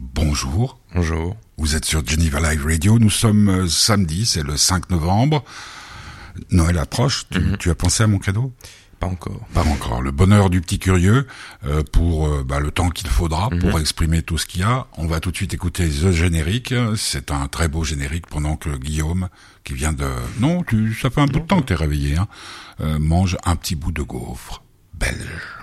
Bonjour. Bonjour. Vous êtes sur Geneva Live Radio. Nous sommes samedi, c'est le 5 novembre. Noël approche. Tu as pensé à mon cadeau ? Pas encore. Pas encore. Le bonheur du petit curieux pour le temps qu'il faudra pour exprimer tout ce qu'il y a. On va tout de suite écouter The Générique. C'est un très beau générique pendant que Guillaume, qui vient de... Non, ça fait un bout de temps que t'es réveillé, mange un petit bout de gaufre belge.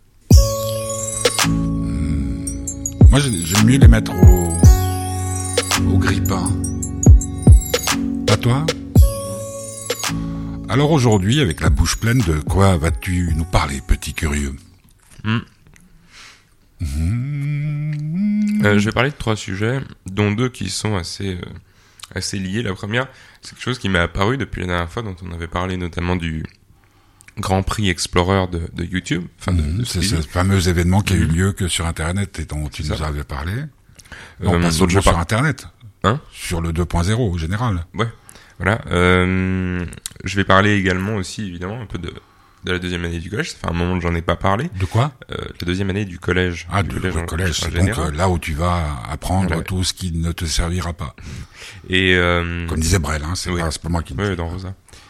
Moi, j'aime mieux les mettre au grille-pain. Pas toi ? Alors aujourd'hui, avec la bouche pleine, de quoi vas-tu nous parler, petit curieux ? Je vais parler de 3 sujets, dont 2 qui sont assez liés. La première, c'est quelque chose qui m'est apparu depuis la dernière fois, dont on avait parlé notamment du Grand Prix Explorer de YouTube. C'est ce fameux événement qui a eu lieu que sur Internet et dont tu nous avais parlé. Non, pas seulement sur Internet. Sur le 2.0 au général. Ouais. Voilà. Je vais parler également aussi, évidemment, un peu de la deuxième année du collège. Ça fait un moment que j'en ai pas parlé. De quoi ? La deuxième année du collège. Ah, du collège. C'est donc là où tu vas apprendre tout ce qui ne te servira pas. Et comme disait Brel, c'est pas moi qui le dis. Oui, dans Rosa.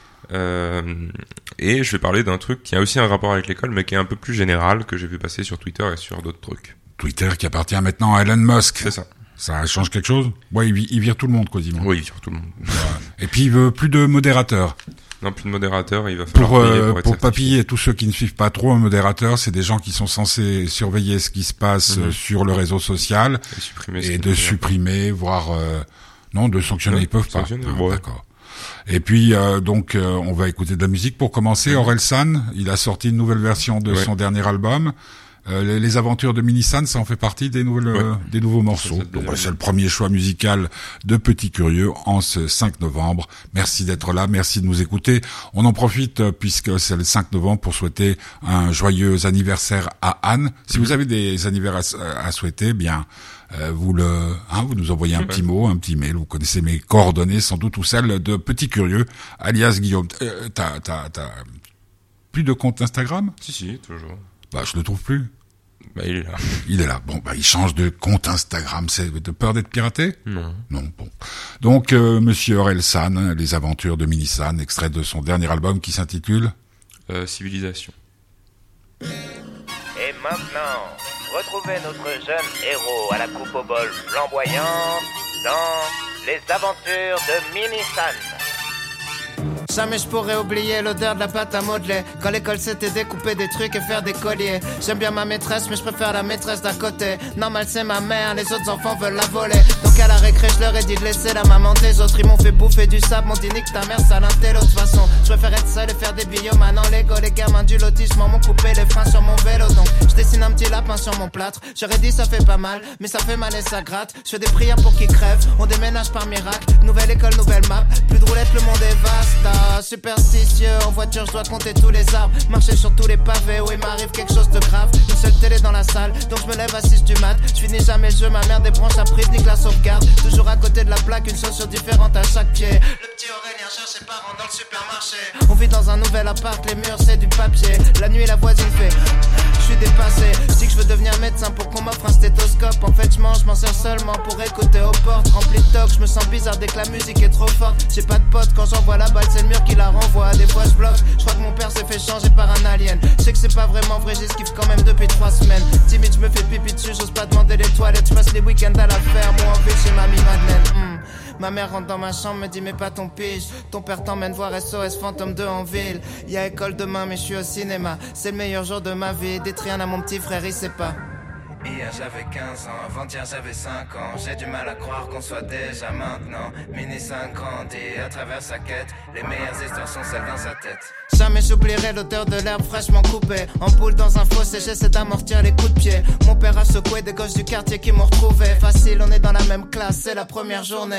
Et je vais parler d'un truc qui a aussi un rapport avec l'école, mais qui est un peu plus général, que j'ai vu passer sur Twitter et sur d'autres trucs. Twitter qui appartient maintenant à Elon Musk. C'est ça. Ça change quelque chose ? Ouais, il vire tout le monde, quasiment. Oui, il vire tout le monde. Et puis il veut plus de modérateurs. Non, plus de modérateurs, il va falloir pour papy et tous ceux qui ne suivent pas trop un modérateur, c'est des gens qui sont censés surveiller ce qui se passe sur le réseau social et de supprimer, voire de sanctionner, ils peuvent pas. D'accord. Et puis on va écouter de la musique pour commencer. Orelsan, il a sorti une nouvelle version de son dernier album. Les aventures de Mini-San, ça en fait partie des nouveaux morceaux. Donc c'est le premier choix musical de Petit Curieux en ce 5 novembre. Merci d'être là, merci de nous écouter. On en profite puisque c'est le 5 novembre pour souhaiter un joyeux anniversaire à Anne. Si vous avez des anniversaires à souhaiter, vous nous envoyez un petit mot, un petit mail. Vous connaissez mes coordonnées sans doute ou celles de Petit Curieux, alias Guillaume. T'as plus de compte Instagram ? Si, toujours. Je le trouve plus. Il est là. Il est là. Bon, il change de compte Instagram. C'est de peur d'être piraté ? Non. Non, bon. Donc, Monsieur Orelsan, les aventures de Mini-San, extrait de son dernier album qui s'intitule Civilisation. Et maintenant, retrouvez notre jeune héros à la coupe au bol flamboyante dans Les aventures de Mini-San. Jamais je pourrais oublier l'odeur de la pâte à modeler. Quand l'école c'était découper des trucs et faire des colliers. J'aime bien ma maîtresse mais je préfère la maîtresse d'à côté. Normal c'est ma mère, les autres enfants veulent la voler. Donc à la récré je leur ai dit de laisser la maman des autres. Ils m'ont fait bouffer du sable, m'ont dit nique ta mère sale intello. De toute façon je préfère être seul et faire des billots. Maintenant Lego, les gamins du lotissement m'ont coupé les freins sur mon vélo. Donc je dessine un petit lapin sur mon plâtre. J'aurais dit ça fait pas mal, mais ça fait mal et ça gratte. Je fais des prières pour qu'ils crèvent, on déménage par miracle. Nouvelle école, nouvelle map, plus de roulettes, le monde est vaste. Superstitieux, en voiture je dois compter tous les arbres. Marcher sur tous les pavés où il m'arrive quelque chose de grave. Une seule télé dans la salle, donc je me lève à 6 du mat. Je finis jamais le jeu, ma mère débranche la prise, nique la sauvegarde. Toujours à côté de la plaque, une chaussure différente à chaque pied. Le petit Aurélien cherche ses parents dans le supermarché. On vit dans un nouvel appart, les murs c'est du papier. La nuit la voisine fait je suis dépassé. Je dis que je veux devenir médecin pour qu'on m'offre un stéthoscope. En fait je m'en sers seulement pour écouter aux portes. Rempli de toc, je me sens bizarre dès que la musique est trop forte. J'ai pas de pote, quand j'envoie la balle c'est le mur qui la renvoie. Des fois je bloque, je crois que mon père s'est fait changer par un alien. Je sais que c'est pas vraiment vrai, j'esquive quand même depuis 3 semaines. Timide je me fais pipi dessus, j'ose pas demander les toilettes. Je passe les week-ends à la ferme ou en ville chez mamie Madeleine. Ma mère rentre dans ma chambre, me dit mais pas ton pige. Ton père t'emmène voir SOS Fantôme 2 en ville. Y'a école demain mais je suis au cinéma. C'est le meilleur jour de ma vie, dites rien à mon petit frère, il sait pas. Hier j'avais 15 ans, avant-hier j'avais 5 ans. J'ai du mal à croire qu'on soit déjà maintenant. Mini-San grandit à travers sa quête. Les meilleures histoires sont celles dans sa tête. Jamais j'oublierai l'odeur de l'herbe fraîchement coupée. En poule dans un fossé, j'essaie d'amortir les coups de pied. Mon père a secoué des gosses du quartier qui m'ont retrouvé. Facile, on est dans la même classe, c'est la première journée.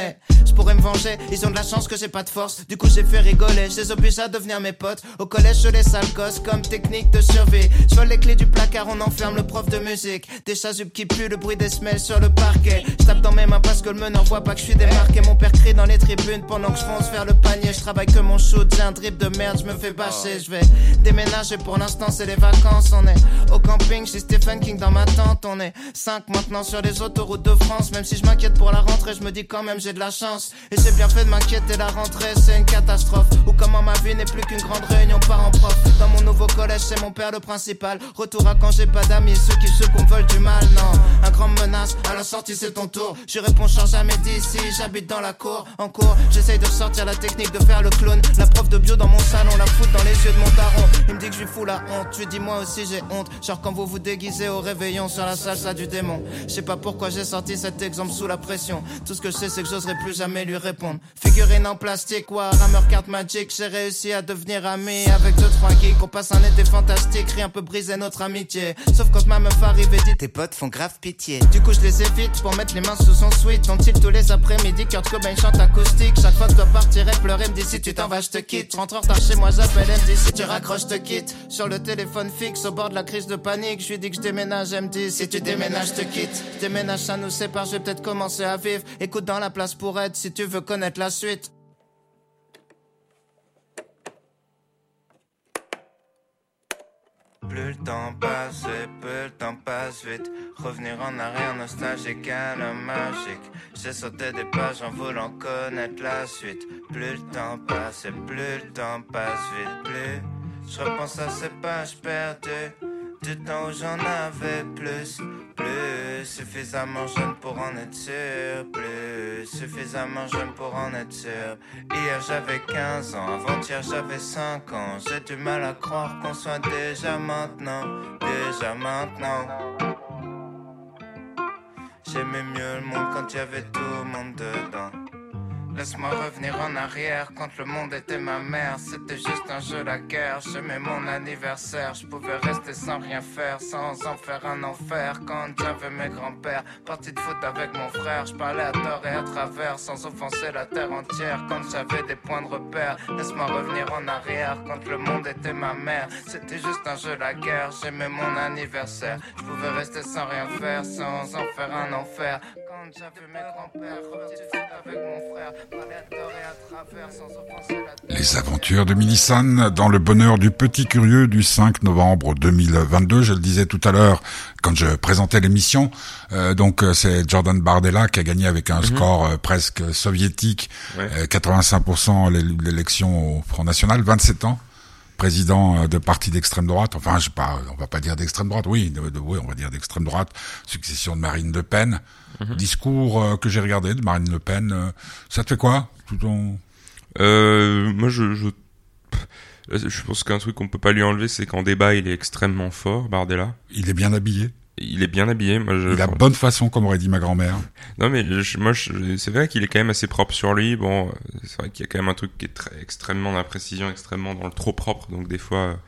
Je pourrais me venger, ils ont de la chance que j'ai pas de force. Du coup j'ai fait rigoler, je les oblige à devenir mes potes. Au collège je les sale gosse comme technique de survie. Je vole les clés du placard, on enferme le prof de musique. Des chasubes qui puent, le bruit des semelles sur le parquet. Je tape dans mes mains parce que le meneur voit pas que je suis démarqué. Mon père crie dans les tribunes pendant que je fonce vers le panier. Je travaille que mon shoot, j'ai un drip de merde, je me fais bâcher. Je vais déménager, pour l'instant c'est les vacances. On est au camping, chez Stephen King dans ma tente. On est 5 maintenant sur les autoroutes de France. Même si je m'inquiète pour la rentrée, je me dis quand même j'ai de la chance. Et j'ai bien fait de m'inquiéter, la rentrée c'est une catastrophe. Ou comment ma vie n'est plus qu'une grande réunion parents-prof. Dans mon nouveau collège c'est mon père le principal. Retour à quand j'ai pas d'amis, ceux qui qu'on me veulent du mal, non. Un grand menace, à la sortie c'est ton tour. Je réponds change jamais d'ici, j'habite dans la cour. En cours, j'essaye de sortir la technique de faire le clown. La prof de bio dans mon salon, la fout dans les yeux de mon daron. Il me dit que je lui fous la honte, je lui dis moi aussi j'ai honte. Genre quand vous vous déguisez au réveillon sur la salsa du démon. Je sais pas pourquoi j'ai sorti cet exemple sous la pression. Tout ce que je sais c'est que j'oserais plus jamais lui répondre. Figurine en plastique, Warhammer carte magic. J'ai réussi à devenir ami avec 2-3 geeks. On passe un été fantastique, rien peut briser notre amitié. Sauf quand ma meuf arrive et dit tes potes font grave pitié. Du coup je les évite pour mettre les mains sous son sweat. On tilt tous les après-midi, Kurt Cobain chante acoustique. Chaque fois que je dois partir et pleurer, me dit si tu t'en vas je te quitte. Je rentre en retard chez moi, j'appelle, elle me dit si tu raccroches je te quitte. Sur le téléphone fixe au bord de la crise de panique, je lui dis que je déménage, elle me dit si tu déménages je te quitte. Je déménage, ça nous sépare, je vais peut-être commencer à vivre. Écoute dans la place pour être si tu veux connaître la suite. Plus le temps passe et plus le temps passe vite. Revenir en arrière nostalgique à la magique. J'ai sauté des pages en voulant connaître la suite. Plus le temps passe et plus le temps passe vite. Plus je repense à ces pages perdues du temps où j'en avais plus. Plus suffisamment jeune pour en être sûr. Plus suffisamment jeune pour en être sûr. Hier j'avais 15 ans, avant-hier j'avais 5 ans. J'ai du mal à croire qu'on soit déjà maintenant. Déjà maintenant. J'aimais mieux le monde quand il y avait tout le monde dedans. Laisse-moi revenir en arrière quand le monde était ma mère. C'était juste un jeu, la guerre. J'aimais mon anniversaire. Je pouvais rester sans rien faire, sans en faire un enfer. Quand j'avais mes grands-pères, parti de foot avec mon frère. Je parlais à tort et à travers, sans offenser la terre entière. Quand j'avais des points de repère, laisse-moi revenir en arrière quand le monde était ma mère. C'était juste un jeu, la guerre. J'aimais mon anniversaire. Je pouvais rester sans rien faire, sans en faire un enfer. Quand j'avais mes grands-pères, parti de foot avec mon frère. Les aventures de Mini-San dans le bonheur du petit curieux du 5 novembre 2022. Je le disais tout à l'heure quand je présentais l'émission. Donc c'est Jordan Bardella qui a gagné avec un score presque soviétique, 85% l'élection au Front National, 27 ans. Président de parti d'extrême droite, enfin je sais pas, on va pas dire d'extrême droite, oui, on va dire d'extrême droite, succession de Marine Le Pen. Discours que j'ai regardé de Marine Le Pen, ça te fait quoi tout ton... Moi je pense qu'un truc qu'on peut pas lui enlever, c'est qu'en débat il est extrêmement fort, Bardella. Il est bien habillé. Il est bien habillé. Moi, il a bonne façon, comme aurait dit ma grand-mère. Non, mais c'est vrai qu'il est quand même assez propre sur lui. Bon, c'est vrai qu'il y a quand même un truc qui est extrêmement dans la précision, extrêmement dans le trop propre. Donc des fois,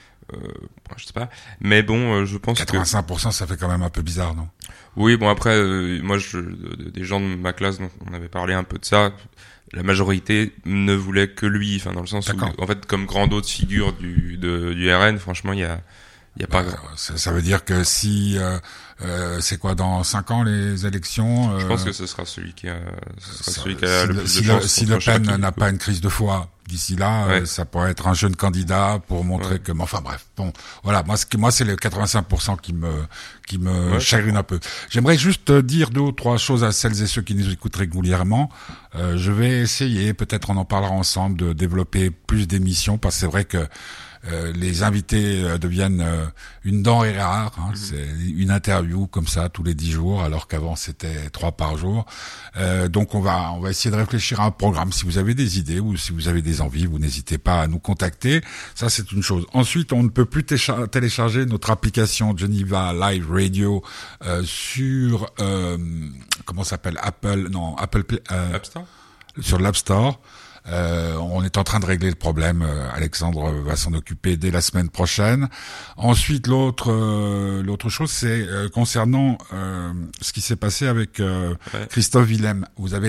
je sais pas. Mais bon, je pense 85%, ça fait quand même un peu bizarre, non? Oui, bon après, moi, des gens de ma classe, donc on avait parlé un peu de ça. La majorité ne voulait que lui. Enfin, dans le sens où, en fait, comme grande autre figure du RN, franchement, il y a pas... ça veut dire que si c'est quoi dans 5 ans les élections, je pense que ce sera celui qui a le plus de chance. Si Le Pen n'a pas une crise de foi d'ici là, ça pourrait être un jeune candidat pour montrer que, enfin bref, bon, voilà, moi c'est les 85% qui me chagrine un peu. J'aimerais juste dire 2 ou 3 choses à celles et ceux qui nous écoutent régulièrement. Je vais essayer, peut-être on en parlera ensemble, de développer plus d'émissions, parce que c'est vrai que les invités deviennent une denrée rare, hein. C'est une interview comme ça tous les 10 jours, alors qu'avant c'était 3 par jour. Donc on va essayer de réfléchir à un programme. Si vous avez des idées ou si vous avez des envies, vous n'hésitez pas à nous contacter. Ça c'est une chose. Ensuite, on ne peut plus télécharger notre application Geneva Live Radio sur comment ça s'appelle, Apple Play, App Store, sur l'App Store. On est en train de régler le problème. Alexandre va s'en occuper dès la semaine prochaine. Ensuite, l'autre chose, c'est concernant ce qui s'est passé avec Christophe Willem. Vous avez été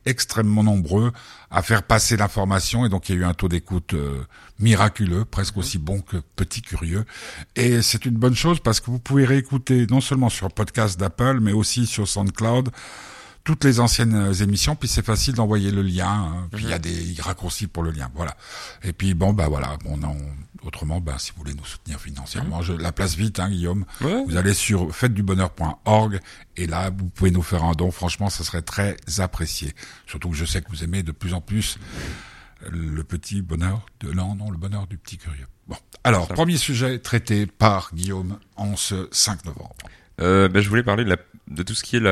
extrêmement nombreux à faire passer l'information, et donc il y a eu un taux d'écoute miraculeux, presque aussi bon que Petit Curieux. Et c'est une bonne chose parce que vous pouvez réécouter non seulement sur podcast d'Apple, mais aussi sur SoundCloud, toutes les anciennes émissions, puis c'est facile d'envoyer le lien, hein, puis il y a des raccourcis pour le lien, voilà. Et puis autrement, si vous voulez nous soutenir financièrement, la place vite, hein, Guillaume. Ouais. Vous allez sur faitesdubonheur.org et là, vous pouvez nous faire un don. Franchement, ça serait très apprécié. Surtout que je sais que vous aimez de plus en plus le petit bonheur le bonheur du Petit Curieux. Bon. Alors, premier sujet traité par Guillaume en ce 5 novembre. Je voulais parler de tout ce qui est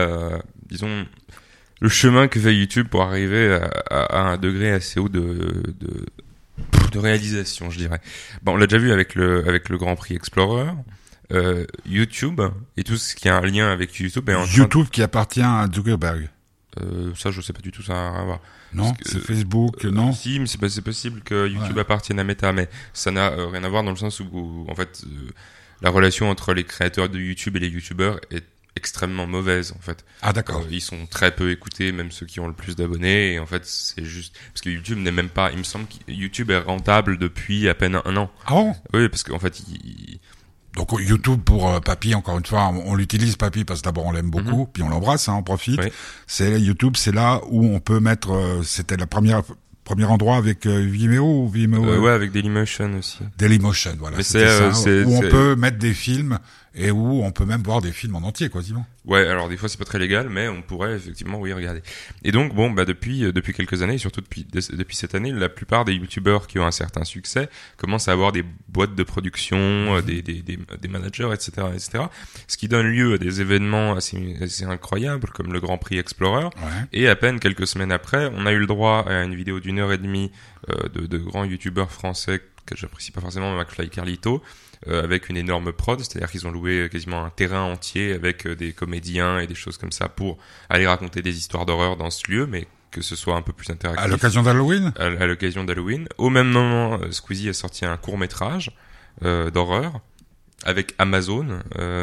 le chemin que fait YouTube pour arriver à un degré assez haut de réalisation, je dirais. Bon, on l'a déjà vu avec le Grand Prix Explorer, YouTube et tout ce qui a un lien avec YouTube. YouTube qui appartient à Zuckerberg. Ça, je sais pas du tout, ça n'a rien à voir. Non, c'est Facebook, non. Si, mais c'est possible que YouTube appartienne à Meta, mais ça n'a rien à voir dans le sens où en fait, la relation entre les créateurs de YouTube et les YouTubeurs est extrêmement mauvaise en fait. Ah d'accord. Ils sont très peu écoutés, même ceux qui ont le plus d'abonnés, et en fait c'est juste parce que YouTube n'est même pas, il me semble que YouTube est rentable depuis à peine un an. Ah bon? Oui, parce qu'en fait donc YouTube pour Papy, encore une fois, on l'utilise Papy parce que d'abord on l'aime beaucoup, puis on l'embrasse, hein, on profite. Oui. C'est YouTube, c'est là où on peut mettre, c'était la premier endroit avec Vimeo ou Vimeo. Ouais, avec Dailymotion aussi. Dailymotion, voilà. Mais où on peut mettre des films et où on peut même voir des films en entier, quasiment. Ouais, alors des fois c'est pas très légal, mais on pourrait effectivement regarder. Et donc depuis quelques années, et surtout depuis cette année, la plupart des youtubeurs qui ont un certain succès commencent à avoir des boîtes de production, des managers, etc., etc. Ce qui donne lieu à des événements assez incroyables comme le Grand Prix Explorer. Ouais. Et à peine quelques semaines après, on a eu le droit à une vidéo d'1 heure et demie de grands youtubeurs français que j'apprécie pas forcément, McFly et Carlito. Avec une énorme prod, c'est-à-dire qu'ils ont loué quasiment un terrain entier avec des comédiens et des choses comme ça pour aller raconter des histoires d'horreur dans ce lieu, mais que ce soit un peu plus interactif. À l'occasion d'Halloween ? À l'occasion d'Halloween. Au même moment, Squeezie a sorti un court-métrage d'horreur avec Amazon.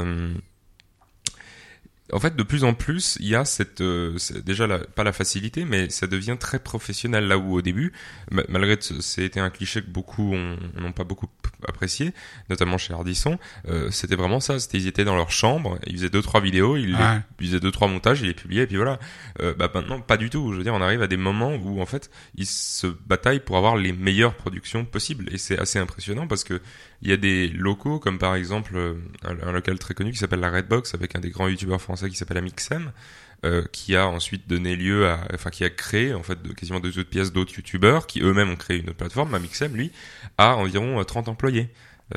En fait, de plus en plus, il y a pas la facilité, mais ça devient très professionnel. Là où au début, malgré c'était un cliché que beaucoup n'ont pas beaucoup apprécié, notamment chez Ardisson, c'était vraiment ça. Ils étaient dans leur chambre, ils faisaient 2-3 vidéos, ils faisaient 2-3 montages, ils les publiaient, et puis voilà. Maintenant, pas du tout. Je veux dire, on arrive à des moments où, en fait, ils se bataillent pour avoir les meilleures productions possibles. Et c'est assez impressionnant parce que il y a des locaux, comme par exemple un local très connu qui s'appelle la Redbox, avec un des grands youtubeurs français qui s'appelle Amixem, qui a ensuite donné lieu qui a créé en fait quasiment 2 autres pièces d'autres youtubeurs qui eux-mêmes ont créé une plateforme. Amixem, lui, a environ 30 employés.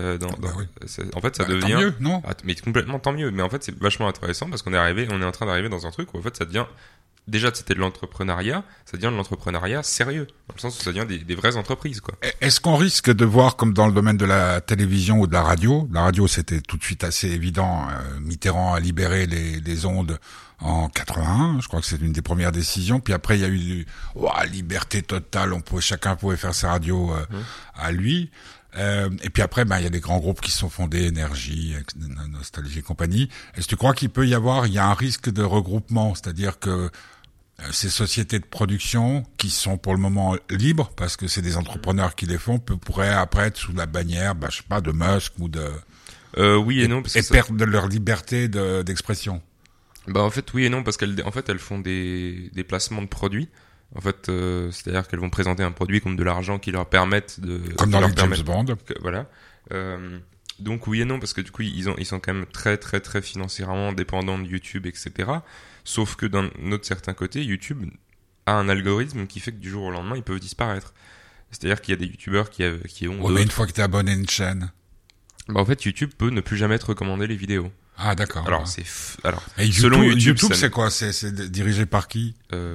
En fait, ça devient tant mieux, non? Mais complètement tant mieux. Mais en fait, c'est vachement intéressant parce qu'on est en train d'arriver dans un truc où en fait ça devient déjà c'était de l'entrepreneuriat, ça devient de l'entrepreneuriat sérieux, dans le sens où ça devient des vraies entreprises, quoi. Est-ce qu'on risque de voir, comme dans le domaine de la télévision ou de la radio, c'était tout de suite assez évident, Mitterrand a libéré les ondes en 81, je crois que c'est une des premières décisions, puis après il y a eu liberté totale, chacun pouvait faire sa radio à lui. Et puis après, il y a des grands groupes qui se sont fondés, Énergie, Nostalgie et compagnie. Est-ce que tu crois il y a un risque de regroupement, c'est-à-dire que ces sociétés de production qui sont pour le moment libres, parce que c'est des entrepreneurs qui les font, pourraient après être sous la bannière, je sais pas, de Musk ou de... oui et non. Parce que perdre leur liberté d'expression. En fait, oui et non, parce elles font des placements de produits. En fait, c'est-à-dire qu'elles vont présenter un produit comme de l'argent qui leur permettent de... Comme dans les James Bond. Voilà. Donc oui et non, parce que du coup, ils sont quand même très très très financièrement dépendants de YouTube, etc. Sauf que d'un autre certain côté, YouTube a un algorithme qui fait que du jour au lendemain, ils peuvent disparaître. C'est-à-dire qu'il y a des YouTubeurs qui ont... mais une fois que t'es abonné à une chaîne... En fait, YouTube peut ne plus jamais te recommander les vidéos. Ah d'accord. Alors, selon YouTube, c'est quoi? C'est dirigé par qui?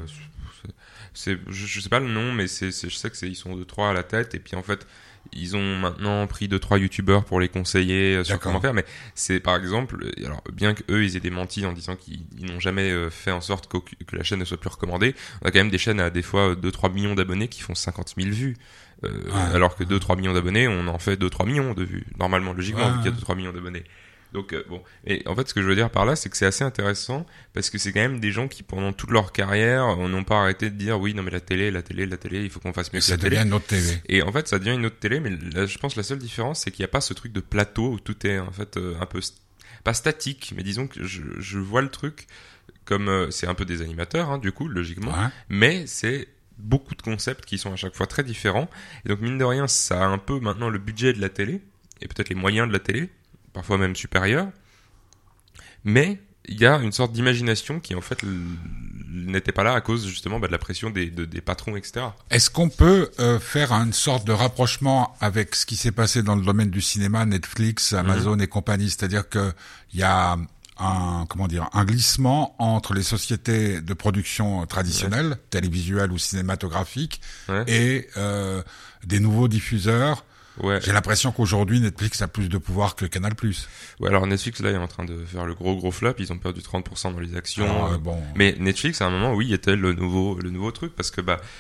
Je sais pas le nom, mais je sais que ils sont 2-3 à la tête, et puis en fait ils ont maintenant pris 2-3 youtubeurs pour les conseiller sur comment faire. Mais c'est par exemple, alors bien que eux ils aient démenti en disant qu'ils n'ont jamais fait en sorte que la chaîne ne soit plus recommandée, on a quand même des chaînes à des fois 2-3 millions d'abonnés qui font 50 000 vues. Alors que 2-3 millions d'abonnés, on en fait 2-3 millions de vues normalement, logiquement, vu qu'il y a 2-3 millions d'abonnés. Donc bon, et en fait ce que je veux dire par là, c'est que c'est assez intéressant parce que c'est quand même des gens qui pendant toute leur carrière n'ont pas arrêté de dire oui non mais la télé, il faut qu'on fasse mieux que la télé. Ça devient une autre télé. Et en fait ça devient une autre télé, mais là, je pense la seule différence c'est qu'il n'y a pas ce truc de plateau où tout est en fait un peu pas statique, mais disons que je vois le truc comme c'est un peu des animateurs hein, du coup logiquement, mais c'est beaucoup de concepts qui sont à chaque fois très différents. Et donc mine de rien ça a un peu maintenant le budget de la télé et peut-être les moyens de la télé, parfois même supérieurs, mais il y a une sorte d'imagination qui en fait n'était pas là à cause justement de la pression des patrons, etc. Est-ce qu'on peut faire une sorte de rapprochement avec ce qui s'est passé dans le domaine du cinéma, Netflix, Amazon et compagnie, c'est-à-dire que il y a un glissement entre les sociétés de production traditionnelles, télévisuelles ou cinématographiques, et des nouveaux diffuseurs. Ouais. J'ai l'impression qu'aujourd'hui Netflix a plus de pouvoir que Canal+. Ouais, alors Netflix là est en train de faire le gros flop, ils ont perdu 30% dans les actions. Bon. Mais Netflix à un moment oui était le nouveau truc parce que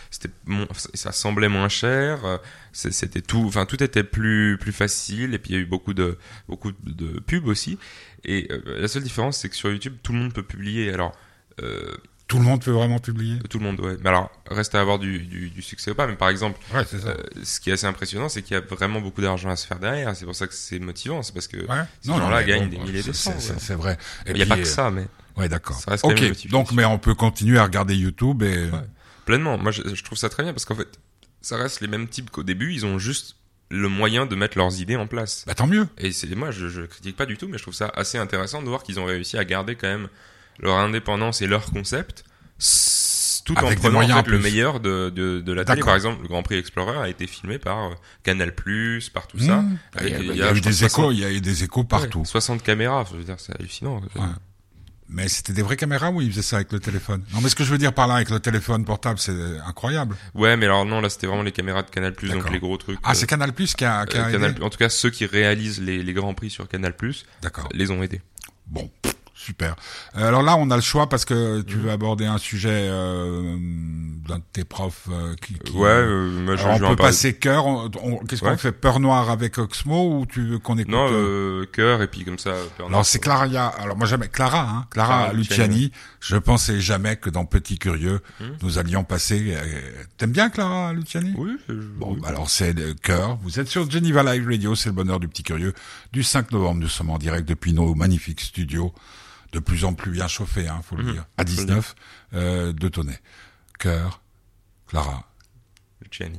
ça semblait moins cher, c'était tout était plus facile et puis il y a eu beaucoup de pubs aussi et la seule différence c'est que sur YouTube tout le monde peut publier. Alors tout le monde peut vraiment publier. Tout le monde, ouais. Mais alors, reste à avoir du succès ou pas. Mais par exemple, ce qui est assez impressionnant, c'est qu'il y a vraiment beaucoup d'argent à se faire derrière. C'est pour ça que c'est motivant. C'est parce que ces gens-là gagnent des milliers de cents. C'est vrai. Il n'y a pas que ça, mais. Ouais, d'accord. Ok. Donc, mais on peut continuer à regarder YouTube et. Ouais. Pleinement. Moi, je trouve ça très bien parce qu'en fait, ça reste les mêmes types qu'au début. Ils ont juste le moyen de mettre leurs idées en place. Bah, tant mieux. Et moi, je critique pas du tout, mais je trouve ça assez intéressant de voir qu'ils ont réussi à garder quand même leur indépendance et leur concept, tout en prenant en fait, le meilleur de la télé. Par exemple, le Grand Prix Explorer a été filmé par Canal+, par tout ça. Il y a eu des échos, il y a eu des échos partout. 60 caméras, je veux dire, c'est hallucinant. Ouais. Mais c'était des vraies caméras ou ils faisaient ça avec le téléphone? Non, mais ce que je veux dire par là, avec le téléphone portable, c'est incroyable. Ouais, mais alors non, là, c'était vraiment les caméras de Canal+, donc les gros trucs. Ah, c'est Canal+, qui a aidé. En tout cas, ceux qui réalisent les Grands Prix sur Canal+, les ont aidés. Bon. Super. Alors là, on a le choix parce que tu veux aborder un sujet d'un de tes profs on peut passer Cœur. Qu'est-ce qu'on fait? Peur Noire avec Oxmo ou tu veux qu'on écoute? Non, Cœur et puis comme ça. Peur Alors c'est Clara. Alors moi jamais Clara Luciani. Je pensais jamais que dans Petit Curieux nous allions passer. T'aimes bien Clara Luciani? Oui. Bon, alors c'est Cœur. Vous êtes sur Geneva Live Radio, c'est le bonheur du Petit Curieux. Du 5 novembre, nous sommes en direct depuis nos magnifiques studios. De plus en plus bien chauffé, faut le dire. À 19, de Tonnet. Cœur, Clara Luciani.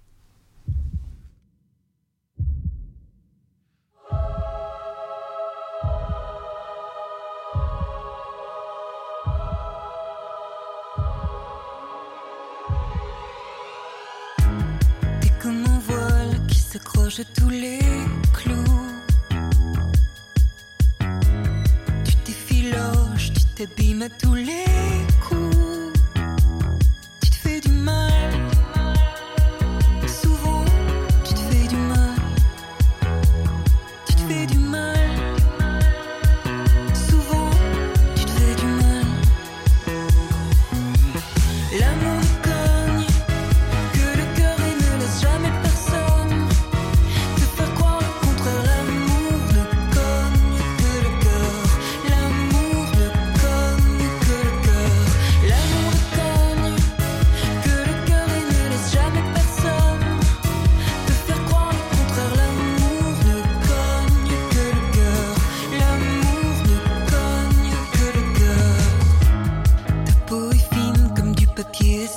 T'es comme un voile qui s'accroche à tous les clous. Tu t'abîmes à tous les coups. Tu te fais du mal. Souvent, tu te fais du mal. Tu te fais du mal. Souvent, tu te fais du mal. L'amour ne cogne que le cœur et ne laisse jamais personne te faire croire le contraire. L'amour ne cogne que le cœur. L'amour ne cogne que le cœur. L'amour ne cogne que le cœur et ne laisse jamais personne te faire croire le contraire. L'amour ne cogne que le cœur. L'amour ne cogne que le cœur. Ta peau est fine comme du papier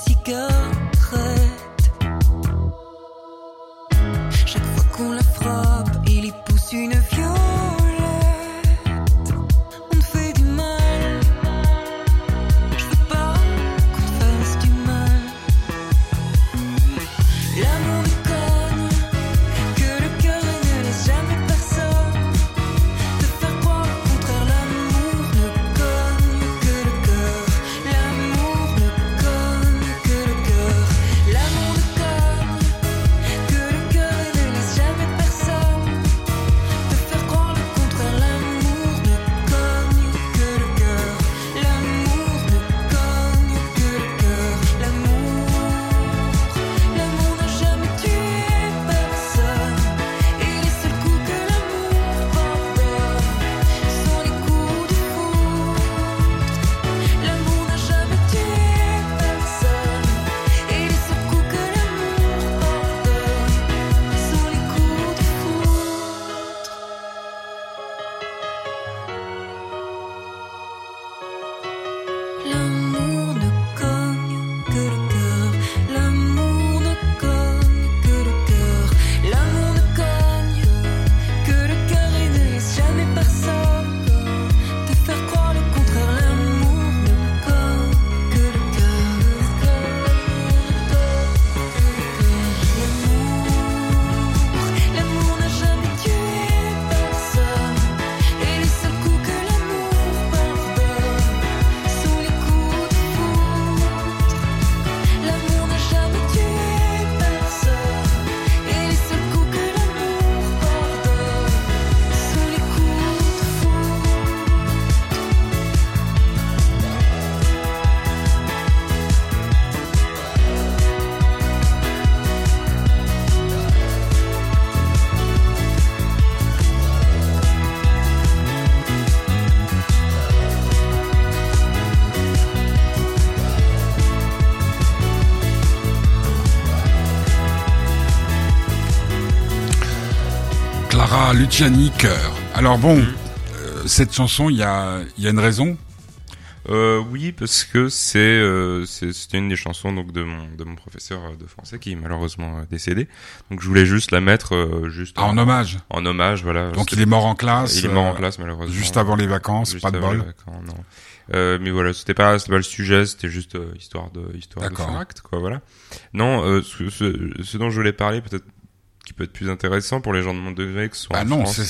Ah, Luciani, Cœur. Alors bon, cette chanson, il y a une raison? Oui, parce que c'était une des chansons donc de mon professeur de français qui est malheureusement décédé. Donc je voulais juste la mettre en hommage. En hommage, voilà. Donc il est mort en classe. Il est mort en classe malheureusement. Juste avant les vacances, pas de bol. Non. Mais voilà, c'était pas le sujet, c'était juste histoire de fact, quoi, voilà. Non, ce dont je voulais parler peut-être qui peut être plus intéressant pour les gens de mon degré que ce soit en France.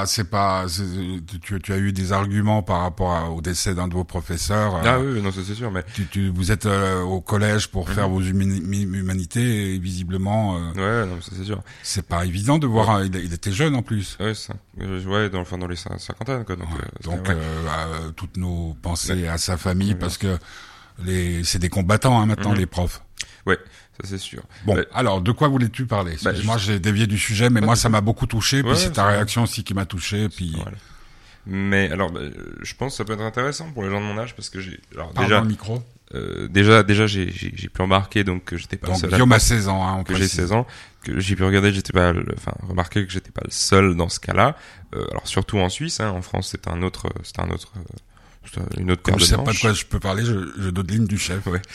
Tu as eu des arguments par rapport au décès d'un de vos professeurs. Ah oui, non, ça c'est sûr, mais vous êtes au collège pour faire vos humanités et visiblement ouais, non, ça c'est sûr. C'est pas évident de voir il était jeune en plus. Ouais, dans les cinquantaines quoi, donc toutes nos pensées à sa famille parce que c'est des combattants maintenant les profs. Ouais, ça c'est sûr. Bon, alors de quoi voulais-tu parler? Moi j'ai dévié du sujet, mais moi ça m'a beaucoup touché, puis c'est ta réaction aussi qui m'a touché, puis. Voilà. Mais alors, je pense que ça peut être intéressant pour les gens de mon âge parce que Parle dans le micro. Déjà j'ai pu embarquer donc j'étais pas le seul. Guillaume a 16 ans, que j'ai 16 ans, que j'ai pu regarder, remarquer que j'étais pas le seul dans ce cas-là. Alors surtout en Suisse, en France c'est une autre paire de manches. Je sais pas de quoi je peux parler, je dodeline du chef. Ouais.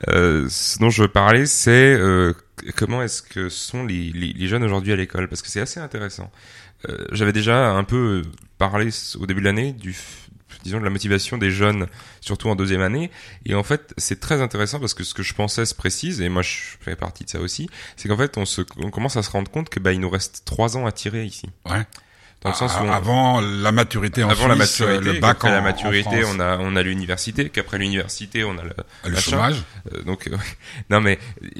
Ce dont je veux parler, c'est comment est-ce que sont les jeunes aujourd'hui à l'école, parce que c'est assez intéressant. J'avais déjà un peu parlé au début de l'année disons de la motivation des jeunes, surtout en deuxième année. Et en fait, c'est très intéressant parce que ce que je pensais se précise, et moi je fais partie de ça aussi, c'est qu'en fait, on commence à se rendre compte que il nous reste 3 ans à tirer ici. Ouais. Dans le sens où avant la maturité en Suisse, le bac en maturité, on a l'université, qu'après l'université, on a le chômage. Donc non mais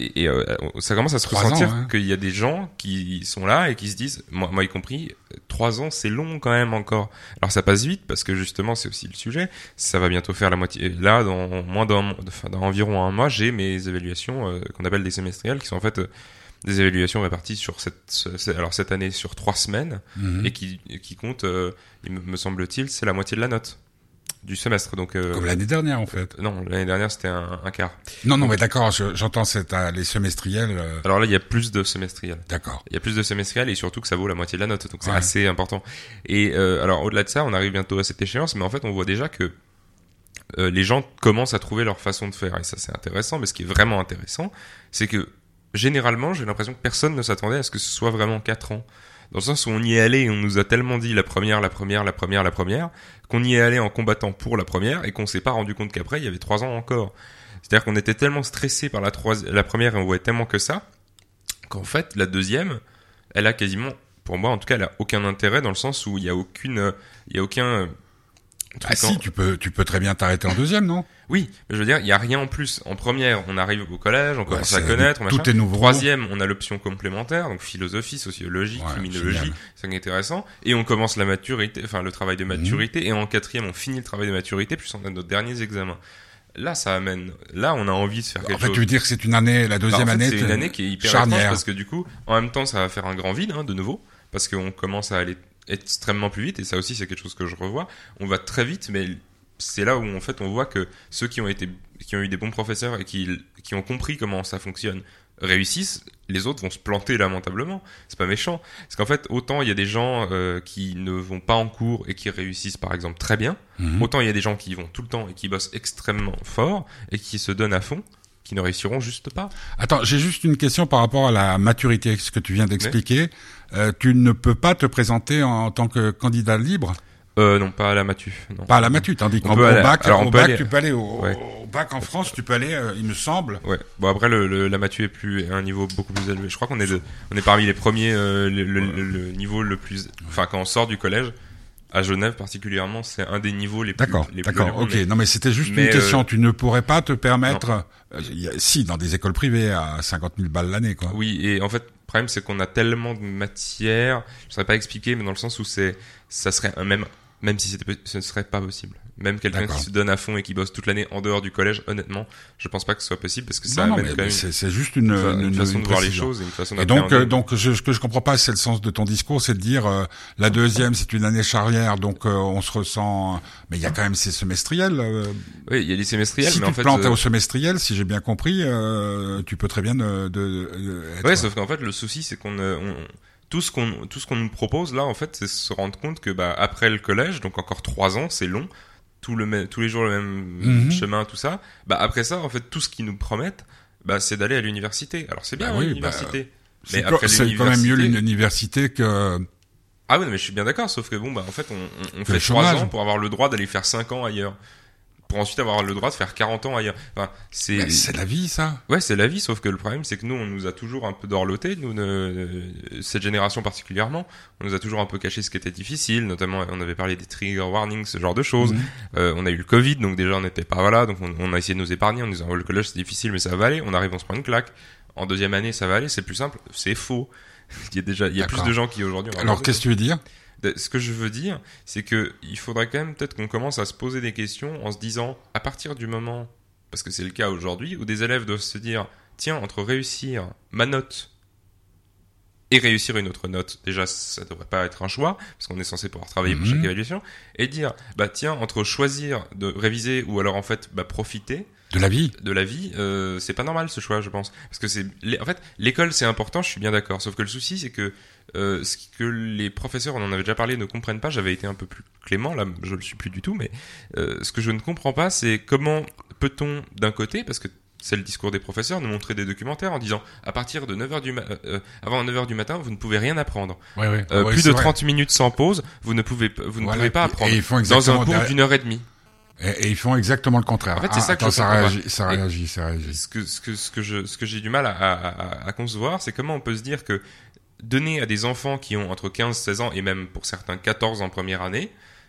ça commence à se ressentir qu'il y a des gens qui sont là et qui se disent, moi y compris, 3 ans c'est long quand même encore. Alors ça passe vite parce que justement c'est aussi le sujet. Ça va bientôt faire la moitié. Là, dans environ un mois, j'ai mes évaluations qu'on appelle des semestrielles, qui sont en fait des évaluations réparties sur cette année sur 3 semaines et qui comptent, il me semble-t-il, c'est la moitié de la note du semestre. Donc comme l'année dernière en fait. Non, l'année dernière c'était un quart. Non, mais d'accord, j'entends les semestriels. Alors là, il y a plus de semestriels. D'accord. Il y a plus de semestriels et surtout que ça vaut la moitié de la note, donc c'est assez important. Et alors au-delà de ça, on arrive bientôt à cette échéance, mais en fait, on voit déjà que les gens commencent à trouver leur façon de faire, et ça c'est intéressant. Mais ce qui est vraiment intéressant, c'est que généralement, j'ai l'impression que personne ne s'attendait à ce que ce soit vraiment 4 ans. Dans le sens où on y est allé et on nous a tellement dit la première, qu'on y est allé en combattant pour la première et qu'on s'est pas rendu compte qu'après, il y avait 3 ans encore. C'est-à-dire qu'on était tellement stressé par la première et on voyait tellement que ça, qu'en fait, la deuxième, elle a quasiment, pour moi en tout cas, elle a aucun intérêt dans le sens où il y a aucun si, tu peux très bien t'arrêter en deuxième, non? Oui, mais je veux dire, il y a rien en plus. En première, on arrive au collège, on commence à connaître, tout est nouveau. Troisième, on a l'option complémentaire, donc philosophie, sociologie, criminologie, c'est intéressant. Et on commence la maturité, le travail de maturité. Et en quatrième, on finit le travail de maturité, puis on a nos derniers examens. Là, on a envie de faire quelque chose. En fait, tu veux dire que c'est une année, la deuxième année, c'est une année qui est hyper charnière. étrange parce que du coup, en même temps, ça va faire un grand vide, de nouveau, parce qu'on commence à aller extrêmement plus vite, et ça aussi c'est quelque chose que je revois. On va très vite, mais c'est là où en fait on voit que ceux qui ont eu des bons professeurs et qui ont compris comment ça fonctionne réussissent, les autres vont se planter lamentablement. C'est pas méchant, parce qu'en fait autant il y a des gens qui ne vont pas en cours et qui réussissent par exemple très bien, autant il y a des gens qui y vont tout le temps et qui bossent extrêmement fort et qui se donnent à fond, qui ne réussiront juste pas. Attends, j'ai juste une question par rapport à la maturité, ce que tu viens d'expliquer. Tu ne peux pas te présenter en tant que candidat libre? Non, pas à la Matu. Non. Pas à la Matu, tandis qu'au bac, tu peux aller au bac en France, tu peux aller, il me semble. Ouais. Bon, après, la Matu est à un niveau beaucoup plus élevé. Je crois qu'on est parmi les premiers, le niveau le plus, quand on sort du collège. À Genève particulièrement, c'est un des niveaux les plus D'accord, ok. Non, mais c'était juste une question. Tu ne pourrais pas te permettre, dans des écoles privées à 50 000 balles l'année, quoi. Oui, et en fait, le problème, c'est qu'on a tellement de matière, je ne saurais pas expliquer, mais dans le sens où ça serait même si ce ne serait pas possible. Même quelqu'un qui se donne à fond et qui bosse toute l'année en dehors du collège, honnêtement, je pense pas que ce soit possible parce que ça amène quand même c'est juste une façon de voir les choses et une façon d'appréhender. Et donc, ce que je comprends pas, c'est le sens de ton discours, c'est de dire, la deuxième, c'est une année charnière, donc, on se ressent, mais il y a quand même ces semestriels, Oui, il y a les semestriels, si mais en fait. Si tu te plantes au semestriel, si j'ai bien compris, tu peux très bien Ouais, sauf qu'en fait, le souci, c'est qu'on, tout ce qu'on nous propose là, en fait, c'est se rendre compte que après le collège, donc encore 3 ans, c'est long, tous les jours le même chemin, tout ça. Après ça, en fait, tout ce qu'ils nous promettent, c'est d'aller à l'université. Alors c'est bien l'université, mais après c'est quand même mieux l'université que. Ah oui, mais je suis bien d'accord, sauf que en fait, on fait 3 ans pour avoir le droit d'aller faire 5 ans ailleurs. Pour ensuite avoir le droit de faire 40 ans ailleurs. Enfin, c'est la vie, ça. Ouais, c'est la vie, sauf que le problème, c'est que nous, on nous a toujours un peu dorloté, cette génération particulièrement, on nous a toujours un peu caché ce qui était difficile, notamment, on avait parlé des trigger warnings, ce genre de choses. On a eu le Covid, donc déjà, on n'était pas, voilà, donc on a essayé de nous épargner en disant, le collège, c'est difficile, mais ça va aller, on arrive, on se prend une claque. En deuxième année, ça va aller, c'est plus simple. C'est faux. Il y a plus de gens qui aujourd'hui... Alors, qu'est-ce que tu veux dire? Ce que je veux dire, c'est que il faudrait quand même peut-être qu'on commence à se poser des questions en se disant, à partir du moment, parce que c'est le cas aujourd'hui, où des élèves doivent se dire, tiens, entre réussir ma note et réussir une autre note, déjà ça devrait pas être un choix, parce qu'on est censé pouvoir travailler pour chaque évaluation, et dire, tiens, entre choisir de réviser ou alors en fait profiter de la vie, c'est pas normal ce choix, je pense, parce que en fait l'école c'est important, je suis bien d'accord, sauf que le souci c'est que ce que les professeurs, on en avait déjà parlé, ne comprennent pas. J'avais été un peu plus clément, là je le suis plus du tout, mais ce que je ne comprends pas, c'est comment peut-on d'un côté, parce que c'est le discours des professeurs, nous montrer des documentaires en disant à partir de 9h avant 9h du matin, vous ne pouvez rien apprendre. Plus de 30 minutes sans pause, vous ne pouvez pas apprendre. Et ils font dans un cours d'une heure et demie. Et ils font exactement le contraire. En fait, c'est ça que ça réagit. Ce que j'ai du mal à concevoir, c'est comment on peut se dire que donner à des enfants qui ont entre 15, 16 ans et même pour certains 14 en première année,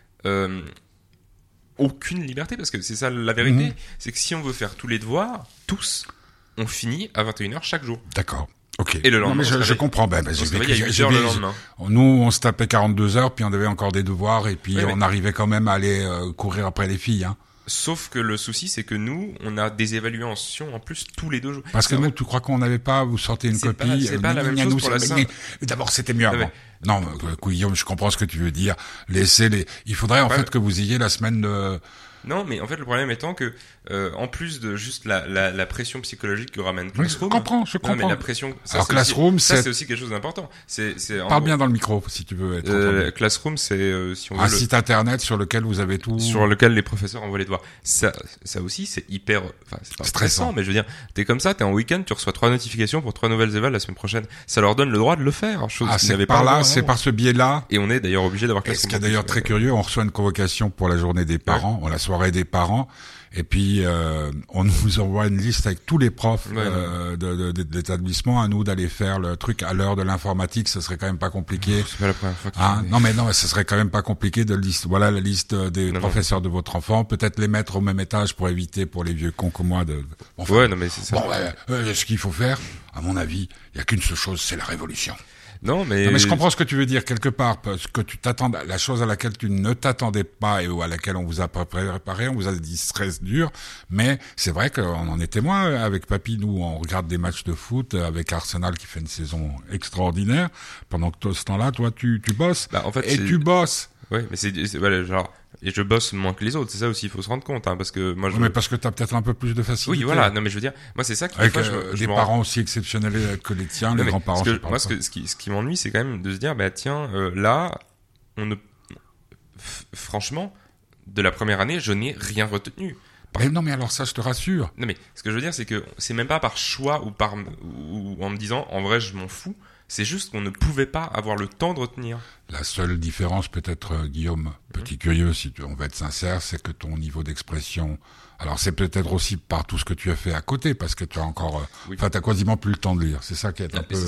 aucune liberté, parce que c'est ça la vérité, c'est que si on veut faire tous les devoirs, tous, on finit à 21h chaque jour. D'accord. Ok. Et le lendemain, je comprends. Le lendemain. Nous, on se tapait 42 heures, puis on avait encore des devoirs, et puis on arrivait quand même à aller courir après les filles, hein. Sauf que le souci, c'est que nous, on a des évaluations en plus tous les 2 jours. Parce que nous, tu crois qu'on n'avait pas, vous sortez une copie. C'est pas la même chose pour la simple. D'abord, c'était mieux avant. Non, Guillaume, je comprends ce que tu veux dire. Il faudrait en fait que vous ayez la semaine de... Non, mais en fait, le problème étant que, en plus de juste la pression psychologique que ramène Classroom. Je comprends. Non, mais la pression, alors Classroom, c'est aussi quelque chose d'important. Parle bien dans le micro, si tu veux être entendu. Classroom, c'est, si on veut. Un site internet sur lequel vous avez tout. Sur lequel les professeurs envoient les devoirs. Ça aussi, c'est hyper, c'est pas stressant, mais je veux dire, t'es comme ça, t'es en week-end, tu reçois 3 notifications pour 3 nouvelles évals la semaine prochaine. Ça leur donne le droit de le faire. Chose c'est par là, c'est par ce biais-là. Et on est d'ailleurs obligé d'avoir Classroom. Ce qui est d'ailleurs très curieux, on reçoit une convocation pour la journée des parents, la soirée des parents. Et puis on nous envoie une liste avec tous les profs d'établissement, à nous d'aller faire le truc à l'heure de l'informatique. Ce serait quand même pas compliqué. C'est pas la première fois. Non, ce serait quand même pas compliqué de liste. Voilà la liste des professeurs de votre enfant. Peut-être les mettre au même étage pour éviter pour les vieux cons comme moi de. Mais c'est ça. Ce qu'il faut faire, à mon avis, il y a qu'une seule chose, c'est la révolution. Non, mais je comprends ce que tu veux dire quelque part, parce que tu t'attends, la chose à laquelle tu ne t'attendais pas et à laquelle on vous a préparé, on vous a dit stress dur, mais c'est vrai qu'on en est témoin avec papy. Nous, on regarde des matchs de foot avec Arsenal qui fait une saison extraordinaire. Pendant que ce temps-là, toi, tu bosses. En fait, tu bosses. Oui, mais c'est genre. Et je bosse moins que les autres, c'est ça aussi, il faut se rendre compte, parce que moi mais parce que t'as peut-être un peu plus de facilité. Oui, voilà, non mais je veux dire, moi c'est ça qui avec des parents aussi exceptionnels que les tiens, les grands-parents. Moi ce qui m'ennuie, c'est quand même de se dire, là, franchement, de la première année, je n'ai rien retenu. Non mais alors ça, je te rassure. Non mais ce que je veux dire, c'est que c'est même pas par choix ou en me disant, en vrai, je m'en fous. C'est juste qu'on ne pouvait pas avoir le temps de retenir. La seule différence, peut-être, Guillaume, petit curieux, si on va être sincère, c'est que ton niveau d'expression... Alors, c'est peut-être aussi par tout ce que tu as fait à côté, parce que tu as encore... t'as quasiment plus le temps de lire. C'est ça qui est un peu...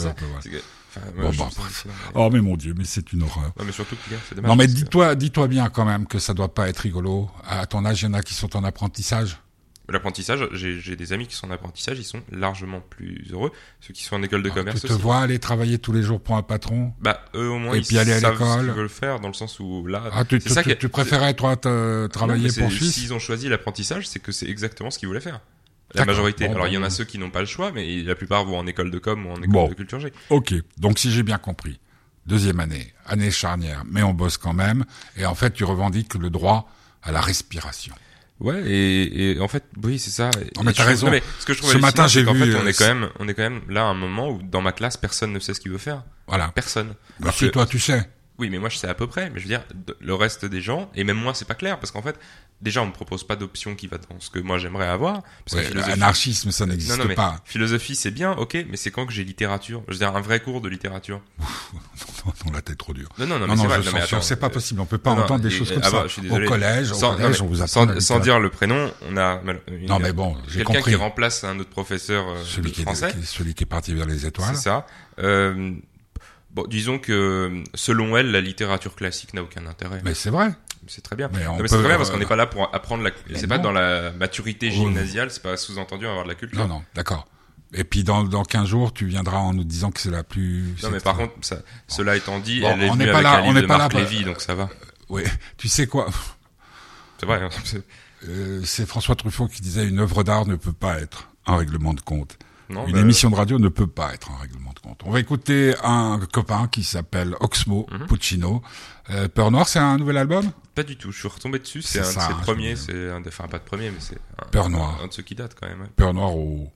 Oh, mais mon Dieu, mais c'est une horreur. Non, mais surtout que c'est dommage. Non, mais dis-toi bien quand même que ça doit pas être rigolo. À ton âge, il y en a qui sont en apprentissage. L'apprentissage, j'ai des amis qui sont en apprentissage, ils sont largement plus heureux. Ceux qui sont en école de commerce. Tu te vois aller travailler tous les jours pour un patron? Eux au moins et ils puis aller à savent l'école. ce qu'ils veulent faire, dans le sens où là. Tu préférais toi travailler pour Suisse? S'ils ont choisi l'apprentissage, c'est que c'est exactement ce qu'ils voulaient faire. La majorité. Alors il y en a ceux qui n'ont pas le choix, mais la plupart vont en école de com ou en école de culture G. Ok. Donc si j'ai bien compris, deuxième année charnière, mais on bosse quand même. Et en fait, tu revendiques le droit à la respiration. Ouais, et en fait, oui, c'est ça. Non, mais t'as raison. Non, mais ce que je trouve ce matin, j'ai vu. En fait, on est quand même là à un moment où dans ma classe, personne ne sait ce qu'il veut faire. Voilà. Personne. Bah, si toi, tu sais. Oui, mais moi, je sais à peu près. Mais je veux dire, le reste des gens, et même moi, c'est pas clair, parce qu'en fait, déjà, on me propose pas d'option qui va dans ce que moi j'aimerais avoir. Parce que l'anarchisme, ça n'existe pas. Philosophie, c'est bien, ok, mais c'est quand que j'ai littérature? Je veux dire, un vrai cours de littérature. Non, là, t'es trop dur. Non, mais c'est vrai. Mais attends, c'est pas possible. On peut pas entendre des choses comme ça. Au collège, on vous apprend. Sans dire le prénom, on a. Non, mais bon, j'ai compris. Quelqu'un qui remplace un autre professeur français. Celui qui est parti vers les étoiles. C'est ça. Bon, disons que selon elle, la littérature classique n'a aucun intérêt. Mais c'est vrai. C'est très bien. Mais c'est très bien parce qu'on n'est pas là pour apprendre c'est pas dans la maturité gymnasiale, c'est pas sous-entendu avoir de la culture. Non, d'accord. Et puis dans 15 jours, tu viendras en nous disant que c'est la plus. Non, mais par contre, cela étant dit, elle est venue avec un livre de Marc Lévy, donc ça va. Oui, tu sais quoi. C'est vrai. C'est François Truffaut qui disait une œuvre d'art ne peut pas être un règlement de compte. Non, une émission de radio ne peut pas être un règlement de compte. On va écouter un copain qui s'appelle Oxmo Puccino. Peur Noire, c'est un nouvel album? Pas du tout. Je suis retombé dessus. C'est un de ses premiers. Enfin, pas de premier, mais c'est Peur Noire. Un de ceux qui date quand même. Ouais. Peur Noire au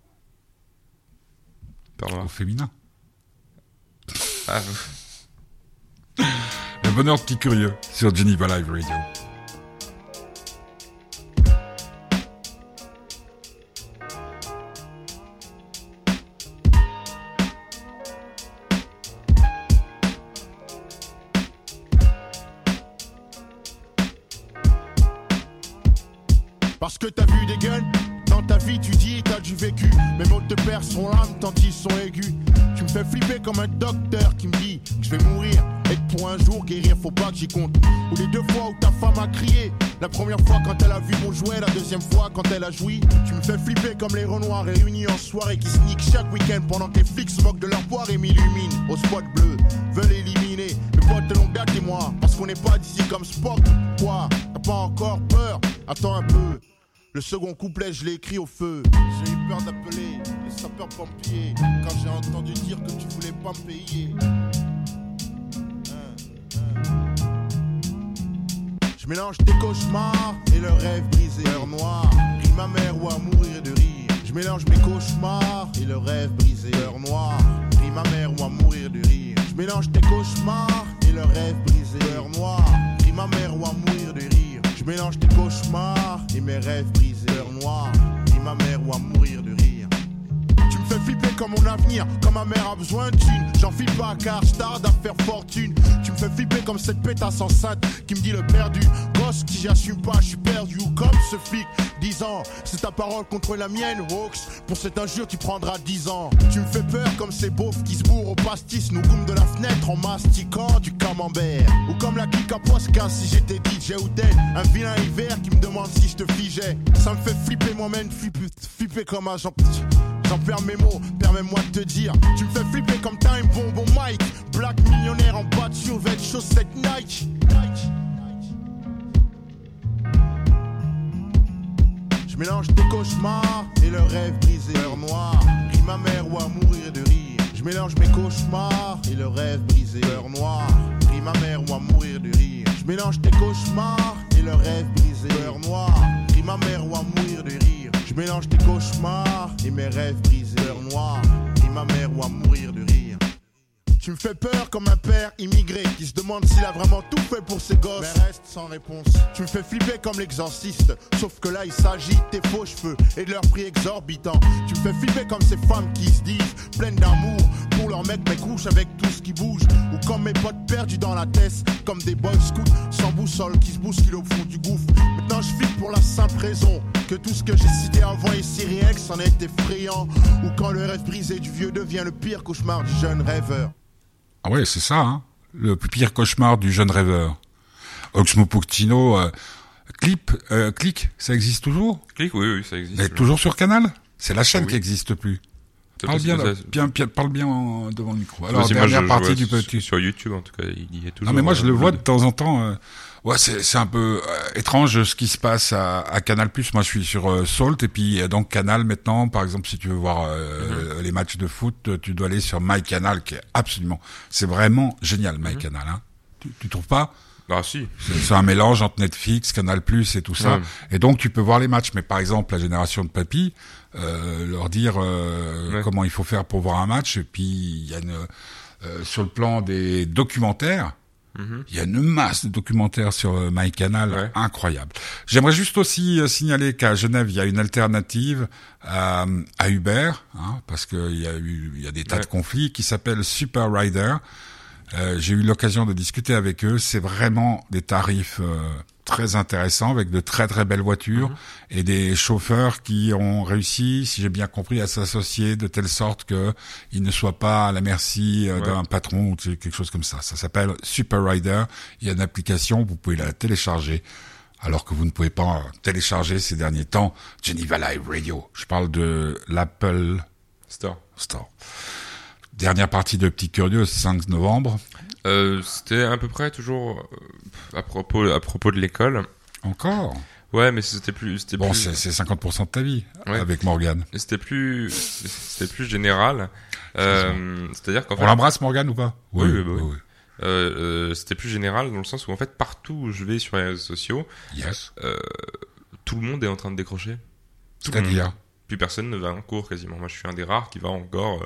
féminin. Ah. Le bonheur de petit curieux sur Geneva Live Radio. Parce que t'as vu des gueules, dans ta vie tu dis t'as du vécu. Mes mots te perdent son âme tant ils sont aigus. Tu me fais flipper comme un docteur qui me dit que je vais mourir. Et que pour un jour guérir faut pas que j'y compte. Ou les 2 fois où ta femme a crié. La première fois quand elle a vu mon jouet, la deuxième fois quand elle a joui. Tu me fais flipper comme les renoirs réunis en soirée qui sneak chaque week-end pendant que les flics se moquent de leur poire et m'illuminent au spot bleu. Veulent éliminer mes potes de longue date et moi. Parce qu'on n'est pas d'ici comme Spock. Quoi, t'as pas encore peur? Attends un peu. Le second couplet, je l'ai écrit au feu. J'ai eu peur d'appeler les sapeurs-pompiers quand j'ai entendu dire que tu voulais pas me payer. Je mélange tes cauchemars et le rêve brisé. Peur noire, rit ma mère ou à mourir de rire. Je mélange mes cauchemars et le rêve brisé. Peur noire, rit ma mère ou à mourir de rire. Je mélange tes cauchemars et le rêve brisé. Peur noire, rit ma mère ou à mourir de rire. Je mélange tes cauchemars et mes rêves brisés. Peur noire, rit ma mère ou à mourir de rire. Tu me fais flipper comme mon avenir, comme ma mère a besoin de thunes. J'en file pas car je tarde à faire fortune. Tu me fais flipper comme cette pétasse enceinte qui me dit le perdu. Gosse qui j'assume pas, je suis perdu. Ou comme ce flic, 10 ans, c'est ta parole contre la mienne, Hawks. Pour cette injure tu prendras 10 ans. Tu me fais peur comme ces beaufs qui se bourrent au pastis, nous goûtent de la fenêtre en mastiquant du camembert. Ou comme la clique à Posca si j'étais DJ ou dead. Un vilain hiver qui me demande si je te figeais. Ça me fait flipper moi-même, flipper comme un Jean. J'en perds mes mots, permets-moi de te dire. Tu me fais flipper comme Time Bomb Mike. Black millionnaire en bas de survêt, chaussettes Nike. Je mélange tes cauchemars et le rêve brisé. Peur noire, rit ma mère ou à mourir de rire. Je mélange mes cauchemars et le rêve brisé. Peur noire, rit ma mère ou à mourir de rire. Je mélange tes cauchemars et le rêve brisé. Peur noire, rit ma mère ou à mourir de rire. Je mélange tes cauchemars et mes rêves brisés. Peur noire, rit ma mère ou à mourir de rire. Tu me fais peur comme un père immigré qui se demande s'il a vraiment tout fait pour ses gosses, mais reste sans réponse. Tu me fais flipper comme l'exorciste, sauf que là il s'agit de tes faux cheveux et de leur prix exorbitant. Tu me fais flipper comme ces femmes qui se disent pleines d'amour pour leur mec mais couchent avec tout ce qui bouge. Ou comme mes potes perdus dans la tête, comme des boy scouts sans boussole qui se bousculent au fond du gouffre. Maintenant je flippe pour la simple raison que tout ce que j'ai cité avant est si réel que c'en est effrayant. Ou quand le rêve brisé du vieux devient le pire cauchemar du jeune rêveur. Ah ouais, c'est ça, hein. Le pire cauchemar du jeune rêveur. Oxmo Puccino, Click, ça existe toujours? Click, oui, ça existe. Mais toujours sur Canal? C'est la chaîne qui n'existe plus. Parle bien devant le micro. Alors, dernière partie du petit. Sur YouTube, en tout cas, il y est toujours. Non, mais moi, je le vois de temps en temps. Ouais, c'est un peu étrange ce qui se passe à Canal+. Moi, je suis sur Salt et puis donc Canal maintenant. Par exemple, si tu veux voir les matchs de foot, tu dois aller sur MyCanal, qui est absolument, c'est vraiment génial, MyCanal. Hein. Tu trouves pas? Ah si. C'est un mélange entre Netflix, Canal+, et tout ça. Et donc tu peux voir les matchs. Mais par exemple, la génération de papy, leur dire comment il faut faire pour voir un match. Et puis il y a sur le plan des documentaires, il y a une masse de documentaires sur MyCanal incroyable. J'aimerais juste aussi signaler qu'à Genève, il y a une alternative à Uber, parce que il y a des tas de conflits, qui s'appelle Super Rider. J'ai eu l'occasion de discuter avec eux. C'est vraiment des tarifs très intéressants, avec de très très belles voitures et des chauffeurs qui ont réussi, si j'ai bien compris, à s'associer de telle sorte que ils ne soient pas à la merci d'un patron ou quelque chose comme ça. Ça s'appelle Super Rider. Il y a une application, vous pouvez la télécharger. Alors que vous ne pouvez pas télécharger ces derniers temps Geneva Live Radio. Je parle de l'Apple Store. Dernière partie de Petit Curieux, 5 novembre. C'était à peu près toujours à propos de l'école. Encore? Ouais, mais c'était plus. C'est 50% de ta vie avec Morgane. C'était plus général. C'est-à-dire qu'en fait. On l'embrasse Morgane ou pas? Oui. C'était plus général dans le sens où en fait partout où je vais sur les réseaux sociaux, tout le monde est en train de décrocher. C'est-à-dire? Plus personne ne va en cours quasiment. Moi, je suis un des rares qui va encore.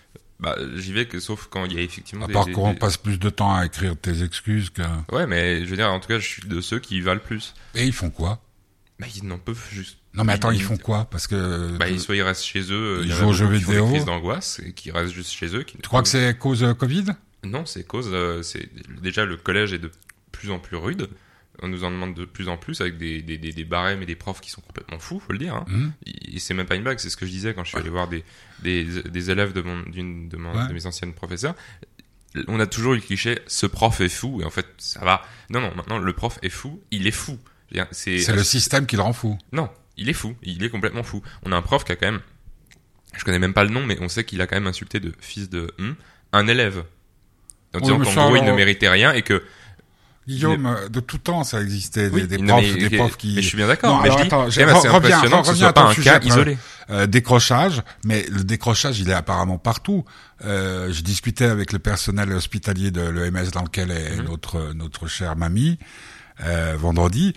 J'y vais que sauf quand il y a effectivement. À part qu'on passe plus de temps à écrire tes excuses que. Ouais, mais je veux dire, en tout cas, je suis de ceux qui y va le plus. Et ils font quoi? Ils n'en peuvent juste. Non, mais attends, ils font quoi? Parce que. Soit ils restent chez eux. Ils jouent aux jeux vidéo. Des crises d'angoisse et qui restent juste chez eux. Tu crois que c'est cause Covid? Non, c'est cause. C'est déjà le collège est de plus en plus rude. On nous en demande de plus en plus avec des barèmes et des profs qui sont complètement fous, faut le dire. Et c'est même pas une blague, c'est ce que je disais quand je suis allé voir des élèves de mes anciennes professeurs. On a toujours eu le cliché, ce prof est fou, et en fait, ça va. Non, maintenant, le prof est fou, il est fou. C'est le système qui le rend fou. Non, il est fou, il est complètement fou. On a un prof qui a quand même, je connais même pas le nom, mais on sait qu'il a quand même insulté de fils de un élève. En disant qu'en gros, il ne méritait rien et que Guillaume, de tout temps, ça existait, des profs qui... Mais je suis bien d'accord. Mais c'est impressionnant que ce soit pas un cas isolé. Décrochage, mais le décrochage, il est apparemment partout. Je discutais avec le personnel hospitalier de l'EMS dans lequel est notre chère mamie, vendredi.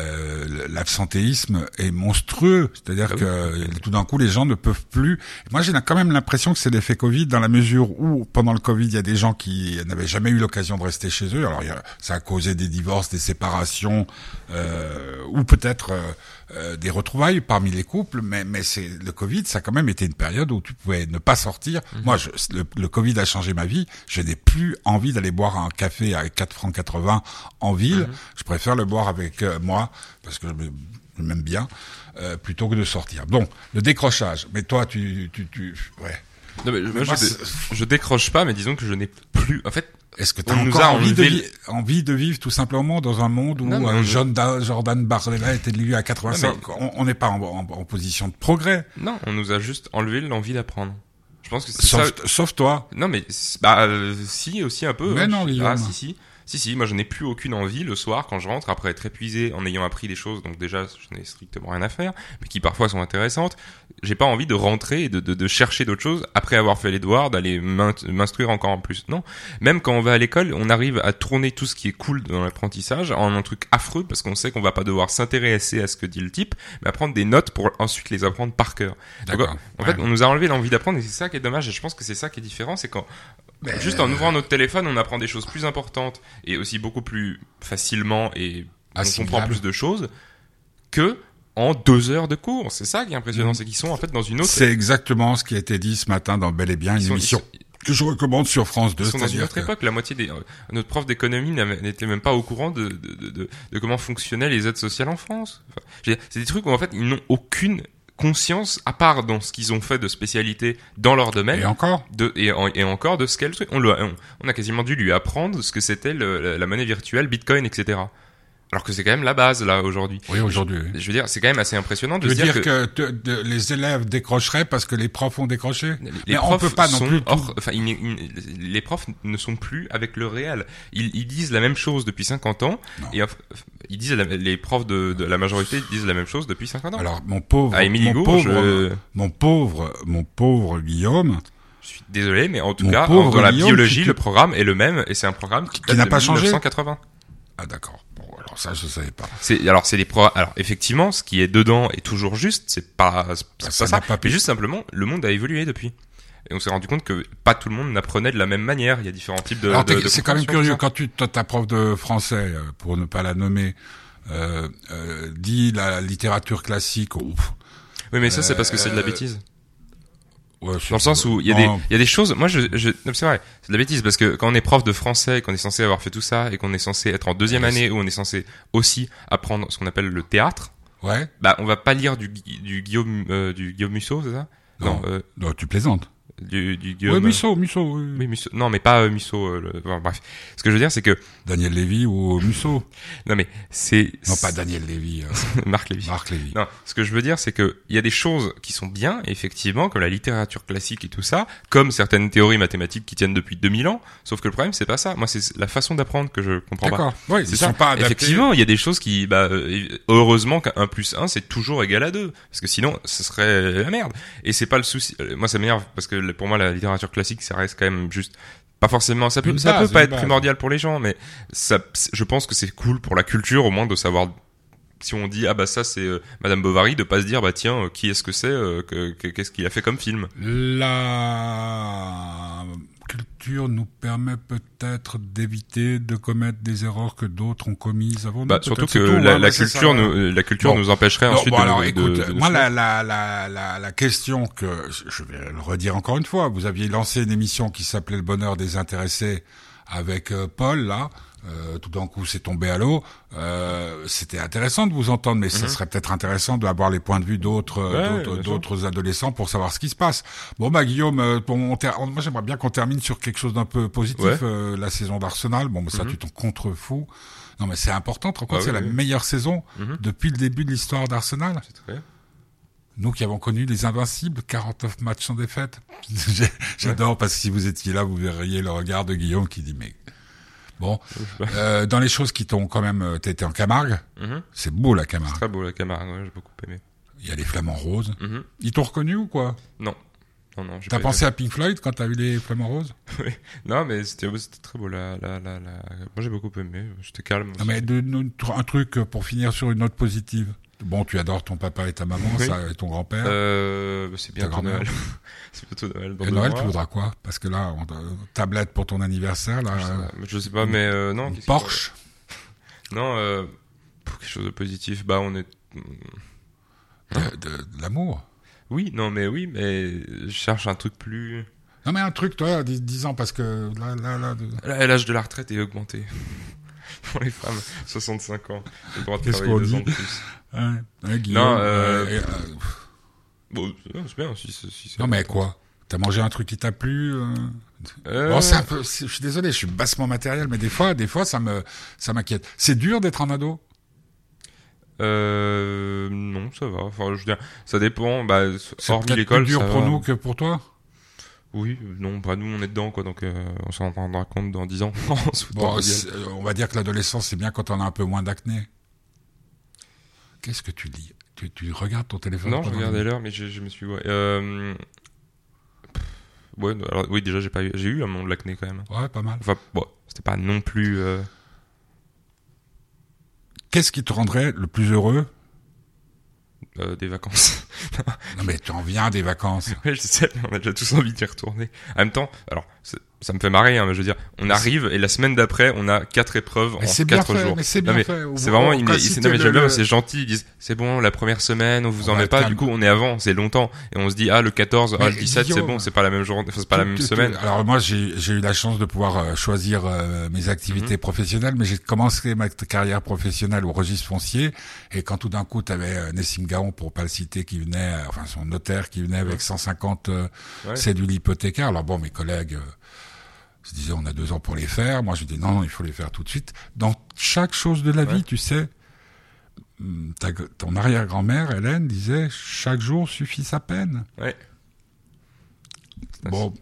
L'absentéisme est monstrueux, c'est-à-dire que tout d'un coup les gens ne peuvent plus. Moi j'ai quand même l'impression que c'est l'effet Covid, dans la mesure où pendant le Covid il y a des gens qui n'avaient jamais eu l'occasion de rester chez eux. Alors ça a causé des divorces, des séparations, ou peut-être des retrouvailles parmi les couples, mais c'est le Covid, ça a quand même été une période où tu pouvais ne pas sortir. Moi le Covid a changé ma vie. Je n'ai plus envie d'aller boire un café à 4,80 francs en ville. Je préfère le boire avec moi, parce que je m'aime bien, plutôt que de sortir. Donc, le décrochage. Mais toi, ouais. Non, mais moi, je décroche pas, mais disons que je n'ai plus, en fait. Est-ce que tu as encore envie de vivre tout simplement dans un monde où Jordan Bardella était élu à 85? On n'est pas en position de progrès. Non, on nous a juste enlevé l'envie d'apprendre. Je pense que c'est sauf toi. Non, mais, si, aussi un peu. Mais non, Guillaume. Si, moi je n'ai plus aucune envie le soir quand je rentre après être épuisé en ayant appris des choses, donc déjà je n'ai strictement rien à faire, mais qui parfois sont intéressantes. J'ai pas envie de rentrer et de chercher d'autres choses après avoir fait les devoirs, d'aller m'instruire encore en plus. Non, même quand on va à l'école, on arrive à tourner tout ce qui est cool dans l'apprentissage en un truc affreux parce qu'on sait qu'on va pas devoir s'intéresser à ce que dit le type, mais à prendre des notes pour ensuite les apprendre par cœur. Donc, en fait, on nous a enlevé l'envie d'apprendre et c'est ça qui est dommage. Et je pense que c'est ça qui est différent, c'est quand juste en ouvrant notre téléphone, on apprend des choses plus importantes et aussi beaucoup plus facilement et on comprend plus de choses que en 2 heures de cours. C'est ça qui est impressionnant, c'est qu'ils sont en fait dans une autre... C'est exactement ce qui a été dit ce matin dans Bel et Bien, une émission que je recommande sur France 2. Ils sont dans une autre époque. La moitié notre prof d'économie n'était même pas au courant de comment fonctionnaient les aides sociales en France. Enfin, c'est des trucs où en fait ils n'ont aucune conscience, à part dans ce qu'ils ont fait de spécialité dans leur domaine. Et encore. Et encore de ce qu'est le truc. On a quasiment dû lui apprendre ce que c'était la monnaie virtuelle, Bitcoin, etc. Alors que c'est quand même la base, là, aujourd'hui. Oui, aujourd'hui. Je veux dire, c'est quand même assez impressionnant de se dire que les élèves décrocheraient parce que les profs ont décroché. Mais on peut pas non plus. Les profs ne sont plus avec le réel. Ils disent la même chose depuis 50 ans. Non. Et ils disent les profs de la majorité disent la même chose depuis 50 ans. Alors, mon pauvre Guillaume. Je suis désolé, mais en tout cas, dans la biologie, le programme est le même et c'est un programme qui n'a pas changé. 1980. Ah d'accord. Bon, alors ça je savais pas. Alors effectivement, ce qui est dedans est toujours juste. C'est pas ça. Mais juste simplement, le monde a évolué depuis. Et on s'est rendu compte que pas tout le monde n'apprenait de la même manière. Il y a différents types de. Alors c'est quand même curieux quand ta prof de français, pour ne pas la nommer, dit la littérature classique. Ouf. Oui, mais ça c'est parce que c'est de la bêtise. Ouais, dans le sens où il y a des choses, moi non, c'est vrai, c'est de la bêtise parce que quand on est prof de français et qu'on est censé avoir fait tout ça et qu'on est censé être en deuxième année où on est censé aussi apprendre ce qu'on appelle le théâtre, bah on va pas lire du Guillaume Musso, c'est ça? Non, tu plaisantes. Du Guillaume. Oui, Musso, oui. Oui, Musso. Non, mais pas Musso. Bref. Ce que je veux dire, c'est que Daniel Lévy ou Musso. Non, mais c'est. Non, pas Daniel Lévy. Marc Lévy. Non, ce que je veux dire, c'est que il y a des choses qui sont bien, effectivement, comme la littérature classique et tout ça, comme certaines théories mathématiques qui tiennent depuis 2000 ans. Sauf que le problème, c'est pas ça. Moi, c'est la façon d'apprendre que je comprends pas. D'accord. Oui, c'est ça. Sont pas adaptés. Effectivement, il y a des choses qui, heureusement qu'un 1 + 1, c'est toujours égal à 2. Parce que sinon, ce serait la merde. Et c'est pas le souci. Moi, ça m'énerve parce que pour moi, la littérature classique, ça reste quand même juste pas forcément. Ça peut pas être primordial pour les gens, mais je pense que c'est cool pour la culture, au moins de savoir. Si on dit ça c'est Madame Bovary, de pas se dire tiens qui est-ce que c'est, qu'est-ce qu'il a fait comme film. La culture nous permet peut-être d'éviter de commettre des erreurs que d'autres ont commises avant. Surtout que la culture nous empêcherait ensuite de moi la question que je vais le redire encore une fois, vous aviez lancé une émission qui s'appelait Le Bonheur des Intéressés avec Paul là. Tout d'un coup c'est tombé à l'eau. C'était intéressant de vous entendre, mais ça serait peut-être intéressant d'avoir les points de vue d'autres adolescents pour savoir ce qui se passe. Bon Guillaume, moi j'aimerais bien qu'on termine sur quelque chose d'un peu positif. La saison d'Arsenal, ça tu t'en contrefous. Non mais c'est important, tu te rends compte, c'est la meilleure saison depuis le début de l'histoire d'Arsenal. C'est très... Nous qui avons connu les Invincibles, 49 matchs sans défaite. J'adore parce que si vous étiez là, vous verriez le regard de Guillaume qui dit mais... Bon, dans les choses qui t'ont quand même... T'as été en Camargue, c'est beau la Camargue. C'est très beau la Camargue, j'ai beaucoup aimé. Il y a les Flamants Roses. Ils t'ont reconnu ou quoi? Non. T'as pensé à Pink Floyd quand t'as vu les Flamants Roses? Oui. Non, mais c'était très beau Moi j'ai beaucoup aimé, j'étais calme. Non, mais un truc pour finir sur une note positive. Bon, tu adores ton papa et ta maman, ça, et ton grand-père. C'est bientôt Noël. C'est bientôt Noël. Et Noël, tu voudras quoi? Parce que là, tablette pour ton anniversaire, là. Je sais pas, mais non. Porsche. Non, pour quelque chose de positif, on est. De l'amour. Oui, mais je cherche un truc plus. Non, mais un truc, toi, 10 ans, parce que là, l'âge de la retraite est augmenté. Pour les femmes, 65 ans. J'ai le droit de travailler 2 ans de plus. Guillaume, bon, c'est bien si non, mais quoi? T'as mangé un truc qui t'a plu? Bon, c'est un peu, je suis désolé, je suis bassement matériel, mais des fois, ça m'inquiète. C'est dur d'être un ado? Non, ça va. Enfin, je veux dire, ça dépend. C'est hormis l'école, plus dur ça pour va. nous que pour toi? Oui, non, nous on est dedans, quoi, donc on s'en rendra compte dans 10 ans. On va dire que l'adolescence, c'est bien quand on a un peu moins d'acné. Qu'est-ce que tu dis? Tu regardes ton téléphone? Non, je regardais l'heure, mais je me suis... oui, déjà, j'ai eu un moment de l'acné, quand même. Ouais, pas mal. Enfin, c'était pas non plus... Qu'est-ce qui te rendrait le plus heureux? Des vacances. Non mais tu en viens des vacances. Oui, je sais, on a déjà tous envie d'y retourner. En même temps, alors ça me fait marrer, mais je veux dire, on arrive et la semaine d'après, on a 4 épreuves en 4 jours. Mais c'est bien fait. C'est vraiment, j'aime bien, c'est gentil, ils disent, c'est bon, la première semaine, on vous en met pas, du coup, on est avant, c'est longtemps. Et on se dit, le 14, le 17, c'est bon, c'est pas la même journée, c'est pas la même semaine. Alors moi, j'ai eu la chance de pouvoir choisir mes activités professionnelles, mais j'ai commencé ma carrière professionnelle au registre foncier, et quand tout d'un coup, t'avais Nessim Gaon, pour pas le citer, qui venait, son notaire qui venait avec 150 cédules hypothécaires. Alors bon, mes collègues se disaient, on a 2 ans pour les faire. Moi, je dis non, il faut les faire tout de suite. Dans chaque chose de la vie, tu sais, ton arrière-grand-mère, Hélène, disait, chaque jour suffit sa peine. Ouais. Bon,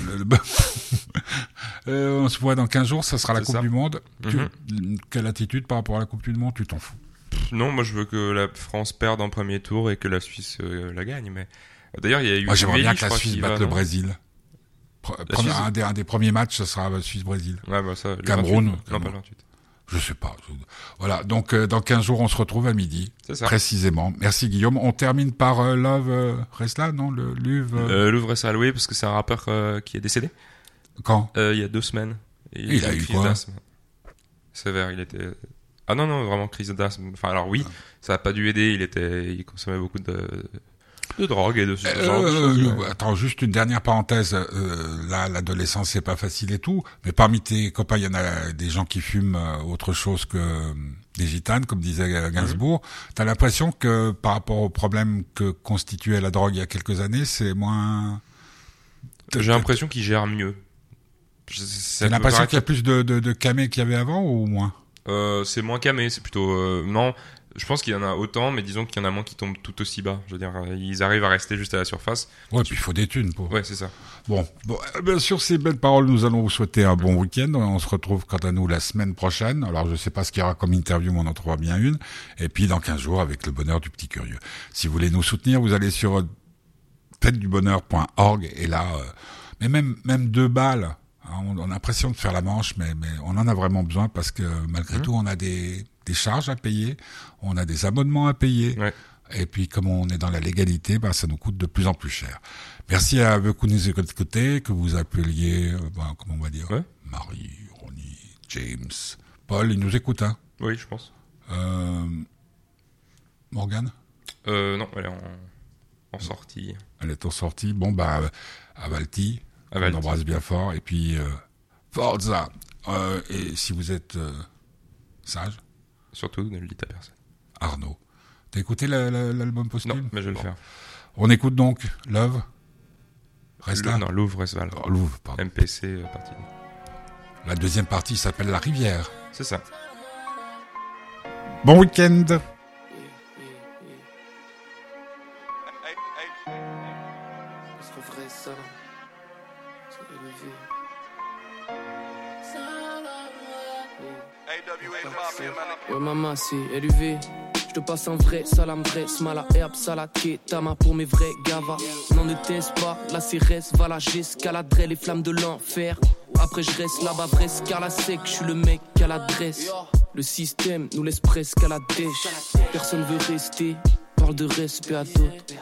on se voit dans 15 jours, ça sera la Coupe du Monde. Quelle attitude par rapport à la Coupe du Monde? Tu t'en fous? Non, moi je veux que la France perde en premier tour et que la Suisse la gagne. Mais d'ailleurs, il y a eu. Moi, j'aimerais bien que la Suisse batte le Brésil. Un des premiers matchs, ce sera Suisse-Brésil. Ouais, ça. Cameroun. Non, pas le 28. Je sais pas. Voilà, donc dans 15 jours, on se retrouve à midi, précisément. Merci Guillaume. On termine par Love Resla, non, le Love Resla, oui, parce que c'est un rappeur qui est décédé. Quand il y a 2 semaines. Et il a eu quoi d'asthme. Sévère, il était... Ah non, vraiment crise d'asthme. Enfin alors oui, ça a pas dû aider, il consommait beaucoup de drogue et de ce genre de choses. Attends, juste une dernière parenthèse. Là, l'adolescence, c'est pas facile et tout, mais parmi tes copains, il y en a des gens qui fument autre chose que des gitanes, comme disait Gainsbourg. T'as l'impression que par rapport au problème que constituait la drogue il y a quelques années, c'est moins... J'ai l'impression qu'ils gèrent mieux. T'as l'impression qu'il y a plus de camés qu'il y avait avant ou moins? C'est moins camé, c'est plutôt... non, je pense qu'il y en a autant, mais disons qu'il y en a moins qui tombent tout aussi bas. Je veux dire, ils arrivent à rester juste à la surface. Ouais, puis il faut des thunes pour... Ouais, c'est ça. Bon, bien sûr, ces belles paroles, nous allons vous souhaiter un bon week-end. On se retrouve quant à nous la semaine prochaine. Alors, je sais pas ce qu'il y aura comme interview, mais on en trouvera bien une. Et puis, dans 15 jours, avec le bonheur du petit curieux. Si vous voulez nous soutenir, vous allez sur fêtedubonheur.org et là, mais même 2 balles, on a l'impression de faire la manche, mais on en a vraiment besoin parce que malgré tout, on a des charges à payer, on a des abonnements à payer. Ouais. Et puis, comme on est dans la légalité, ça nous coûte de plus en plus cher. Merci à vous qui nous écoutez, que vous appeliez, comment on va dire, Marie, Ronnie, James, Paul, ils nous écoutent, hein? Oui, je pense. Morgane? Non, elle est en sortie. Elle est en sortie. Bon, à Valty. On embrasse bien fort. Et puis, Forza. Et si vous êtes sage. Surtout, ne le dites à personne. Arnaud. T'as écouté l'album posthume? Non, mais je vais le faire. On écoute donc Love. Louvre Resval. Louvre, pardon. MPC, partie 2. La deuxième partie s'appelle La Rivière. C'est ça. Bon week-end. Ouais maman c'est LUV. Je te passe un vrai salam, vrai smala, herbe, salade, ketama pour mes vrais gavas. N'en ne teste pas, la CRS, voilà, j'escaladerai les flammes de l'enfer. Après je reste là-bas, vrai scala sec, je suis le mec à l'adresse. Le système nous laisse presque à la dèche. Personne veut rester, parle de respect à d'autres.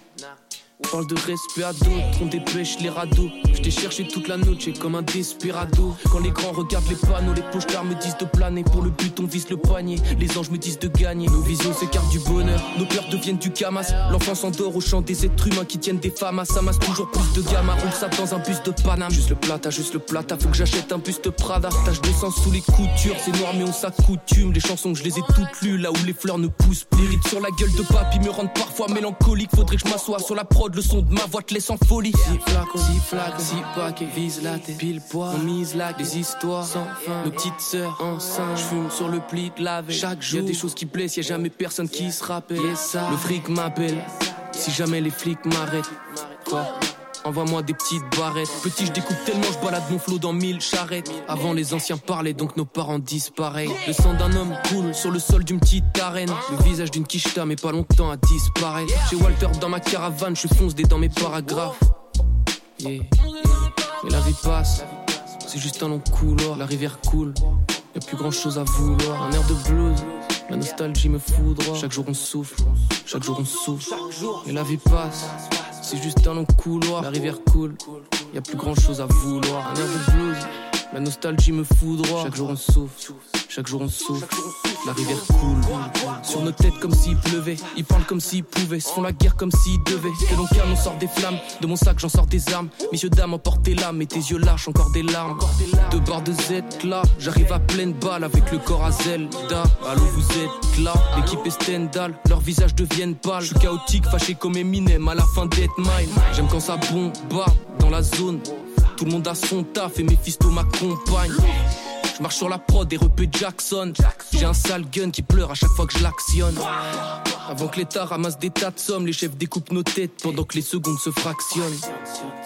Parle de respect à d'autres, on dépêche les radeaux. Je t'ai cherché toute la noche comme un desperado. Quand les grands regardent les panneaux, les pochards me disent de planer. Pour le but on vise le panier, les anges me disent de gagner. Nos visions s'écartent du bonheur, nos peurs deviennent du camas. L'enfant s'endort au chant des êtres humains qui tiennent des femmes. Ça masse toujours plus de gamins, roule ça dans un bus de Paname. Juste le plata, faut que j'achète un buste Prada. Tache de sang sous les coutures, c'est noir mais on s'accoutume. Les chansons je les ai toutes lues, là où les fleurs ne poussent plus. Les rides sur la gueule de papy me rendent parfois mélancolique. Faudrait que je m'assoie sur la prod, le son de ma voix te laisse en folie. Si flaque, si paquet, vise la tête, pile poids, on mise là, des histoires sans fin. Nos petites sœurs enceintes, j'fume sur le pli de la veille. Chaque jour, y'a des choses qui blessent, y'a jamais personne qui se rappelle. Le fric m'appelle, si jamais les flics m'arrêtent. Quoi? Envoie-moi des petites barrettes. Petit, je découpe tellement, je balade mon flot dans 1000 charrettes. Avant, les anciens parlaient, donc nos parents disent pareil. Le sang d'un homme coule sur le sol d'une petite arène. Le visage d'une quicheta, mais pas longtemps à disparaître. Chez Walter, dans ma caravane, je fonce des dans mes paragraphes. Yeah. Mais la vie passe, c'est juste un long couloir. La rivière coule, y'a plus grand chose à vouloir. Un air de blues, la nostalgie me foudroie. Chaque jour on souffle, chaque jour on souffle. Mais la vie passe, c'est juste un long couloir, la rivière coule, y'a plus grand chose à vouloir. Un air de blues, la nostalgie me foudroie. Chaque jour on souffle, chaque jour on souffle. La rivière coule, sur nos têtes comme s'il pleuvait. Ils parlent comme s'ils pouvaient, se font la guerre comme s'ils devaient. Que l'on calme, on sort des flammes, de mon sac j'en sors des armes. Messieurs dames, emportez l'âme, et tes yeux lâchent encore des larmes. 2 barres de Z là, j'arrive à pleine balle avec le corps à Zelda. Allô vous êtes là, l'équipe est Stendhal, leurs visages deviennent pâles. Je suis chaotique, fâché comme Eminem à la fin d'Death Mile. J'aime quand ça bombarde dans la zone, tout le monde a son taf et Mephisto m'accompagne. Je marche sur la prod et repé Jackson. J'ai un sale gun qui pleure à chaque fois que je l'actionne. Avant que l'État ramasse des tas de sommes, les chefs découpent nos têtes pendant que les secondes se fractionnent.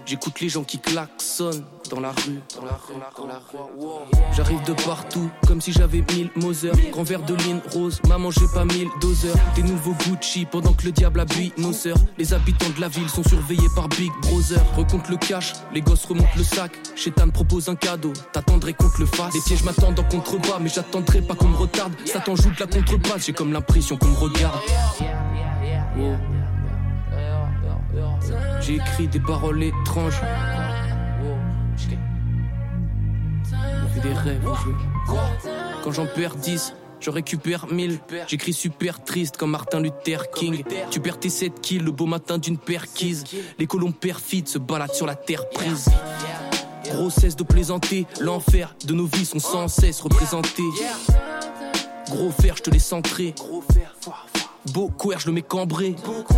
J'écoute les gens qui klaxonnent dans la rue. J'arrive de partout, comme si j'avais 1000 Moser. Grand verre de ligne rose, maman j'ai pas 1000 doseurs. Des nouveaux Gucci pendant que le diable habille nos sœurs. Les habitants de la ville sont surveillés par Big Brother. Recompte le cash, les gosses remontent le sac. Chétan propose un cadeau, t'attendrais qu'on te le fasse. Les pièges m'attendent en contrebas, mais j'attendrai pas qu'on me retarde. Satan joue de la contrebasse, j'ai comme l'impression qu'on me regarde. Oh. J'ai écrit des paroles étranges. On fait des rêves au jeu. Quand j'en perds 10, je récupère 1000. J'écris super triste comme Martin Luther King. Tu perds tes 7 kills le beau matin d'une perquise. Les colons perfides se baladent sur la terre prise. Gros cesse de plaisanter, l'enfer de nos vies sont sans cesse représentés. Gros fer, je te laisse entrer. Beau couer, je le mets cambré.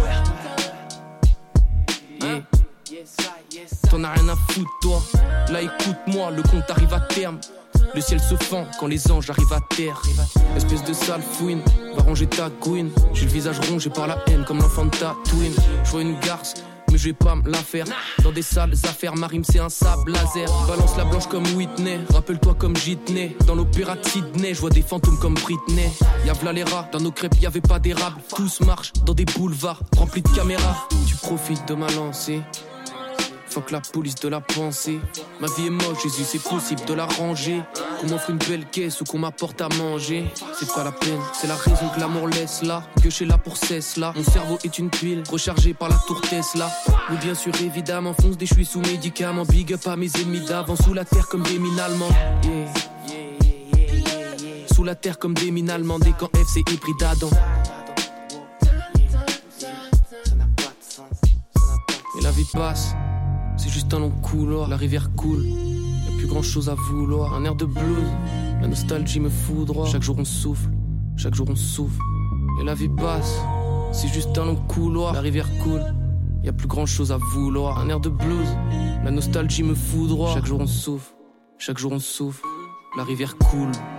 Yeah. T'en as rien à foutre toi. Là écoute-moi, le compte arrive à terme. Le ciel se fend quand les anges arrivent à terre. Espèce de sale fouine, va ranger ta gouine. J'ai le visage rongé par la haine comme l'enfant de Tatooine. Je vois une garce, mais je vais pas me la faire. Dans des sales affaires, ma rime c'est un sable laser. Balance la blanche comme Whitney, rappelle-toi comme Jitney. Dans l'opéra de Sydney, je vois des fantômes comme Britney. Y'a v'là les rats, dans nos crêpes y'avait pas d'érable. Tous marchent dans des boulevards remplis de caméras. Tu profites de ma lancée, fuck la police de la pensée. Ma vie est moche, Jésus, c'est possible de la ranger. Qu'on m'offre une belle caisse ou qu'on m'apporte à manger, c'est pas la peine, c'est la raison que l'amour laisse là. Que je suis là pour cesse là. Mon cerveau est une pile, rechargée par la tour Tesla. Oui bien sûr évidemment, fonce des chuis sous médicaments. Big up à mes ennemis d'avant, sous la terre comme des mines allemandes. Yeah. Sous la terre comme des mines allemandes. Et quand F c'est hybride Adam. Et la vie passe, c'est juste un long couloir. La rivière coule, y'a plus grand chose à vouloir. Un air de blues, la nostalgie me foudroie. Chaque jour on souffle, chaque jour on souffle. Et la vie passe, c'est juste un long couloir. La rivière coule, y'a plus grand chose à vouloir. Un air de blues, la nostalgie me foudroie. Chaque jour on souffle, chaque jour on souffle. La rivière coule.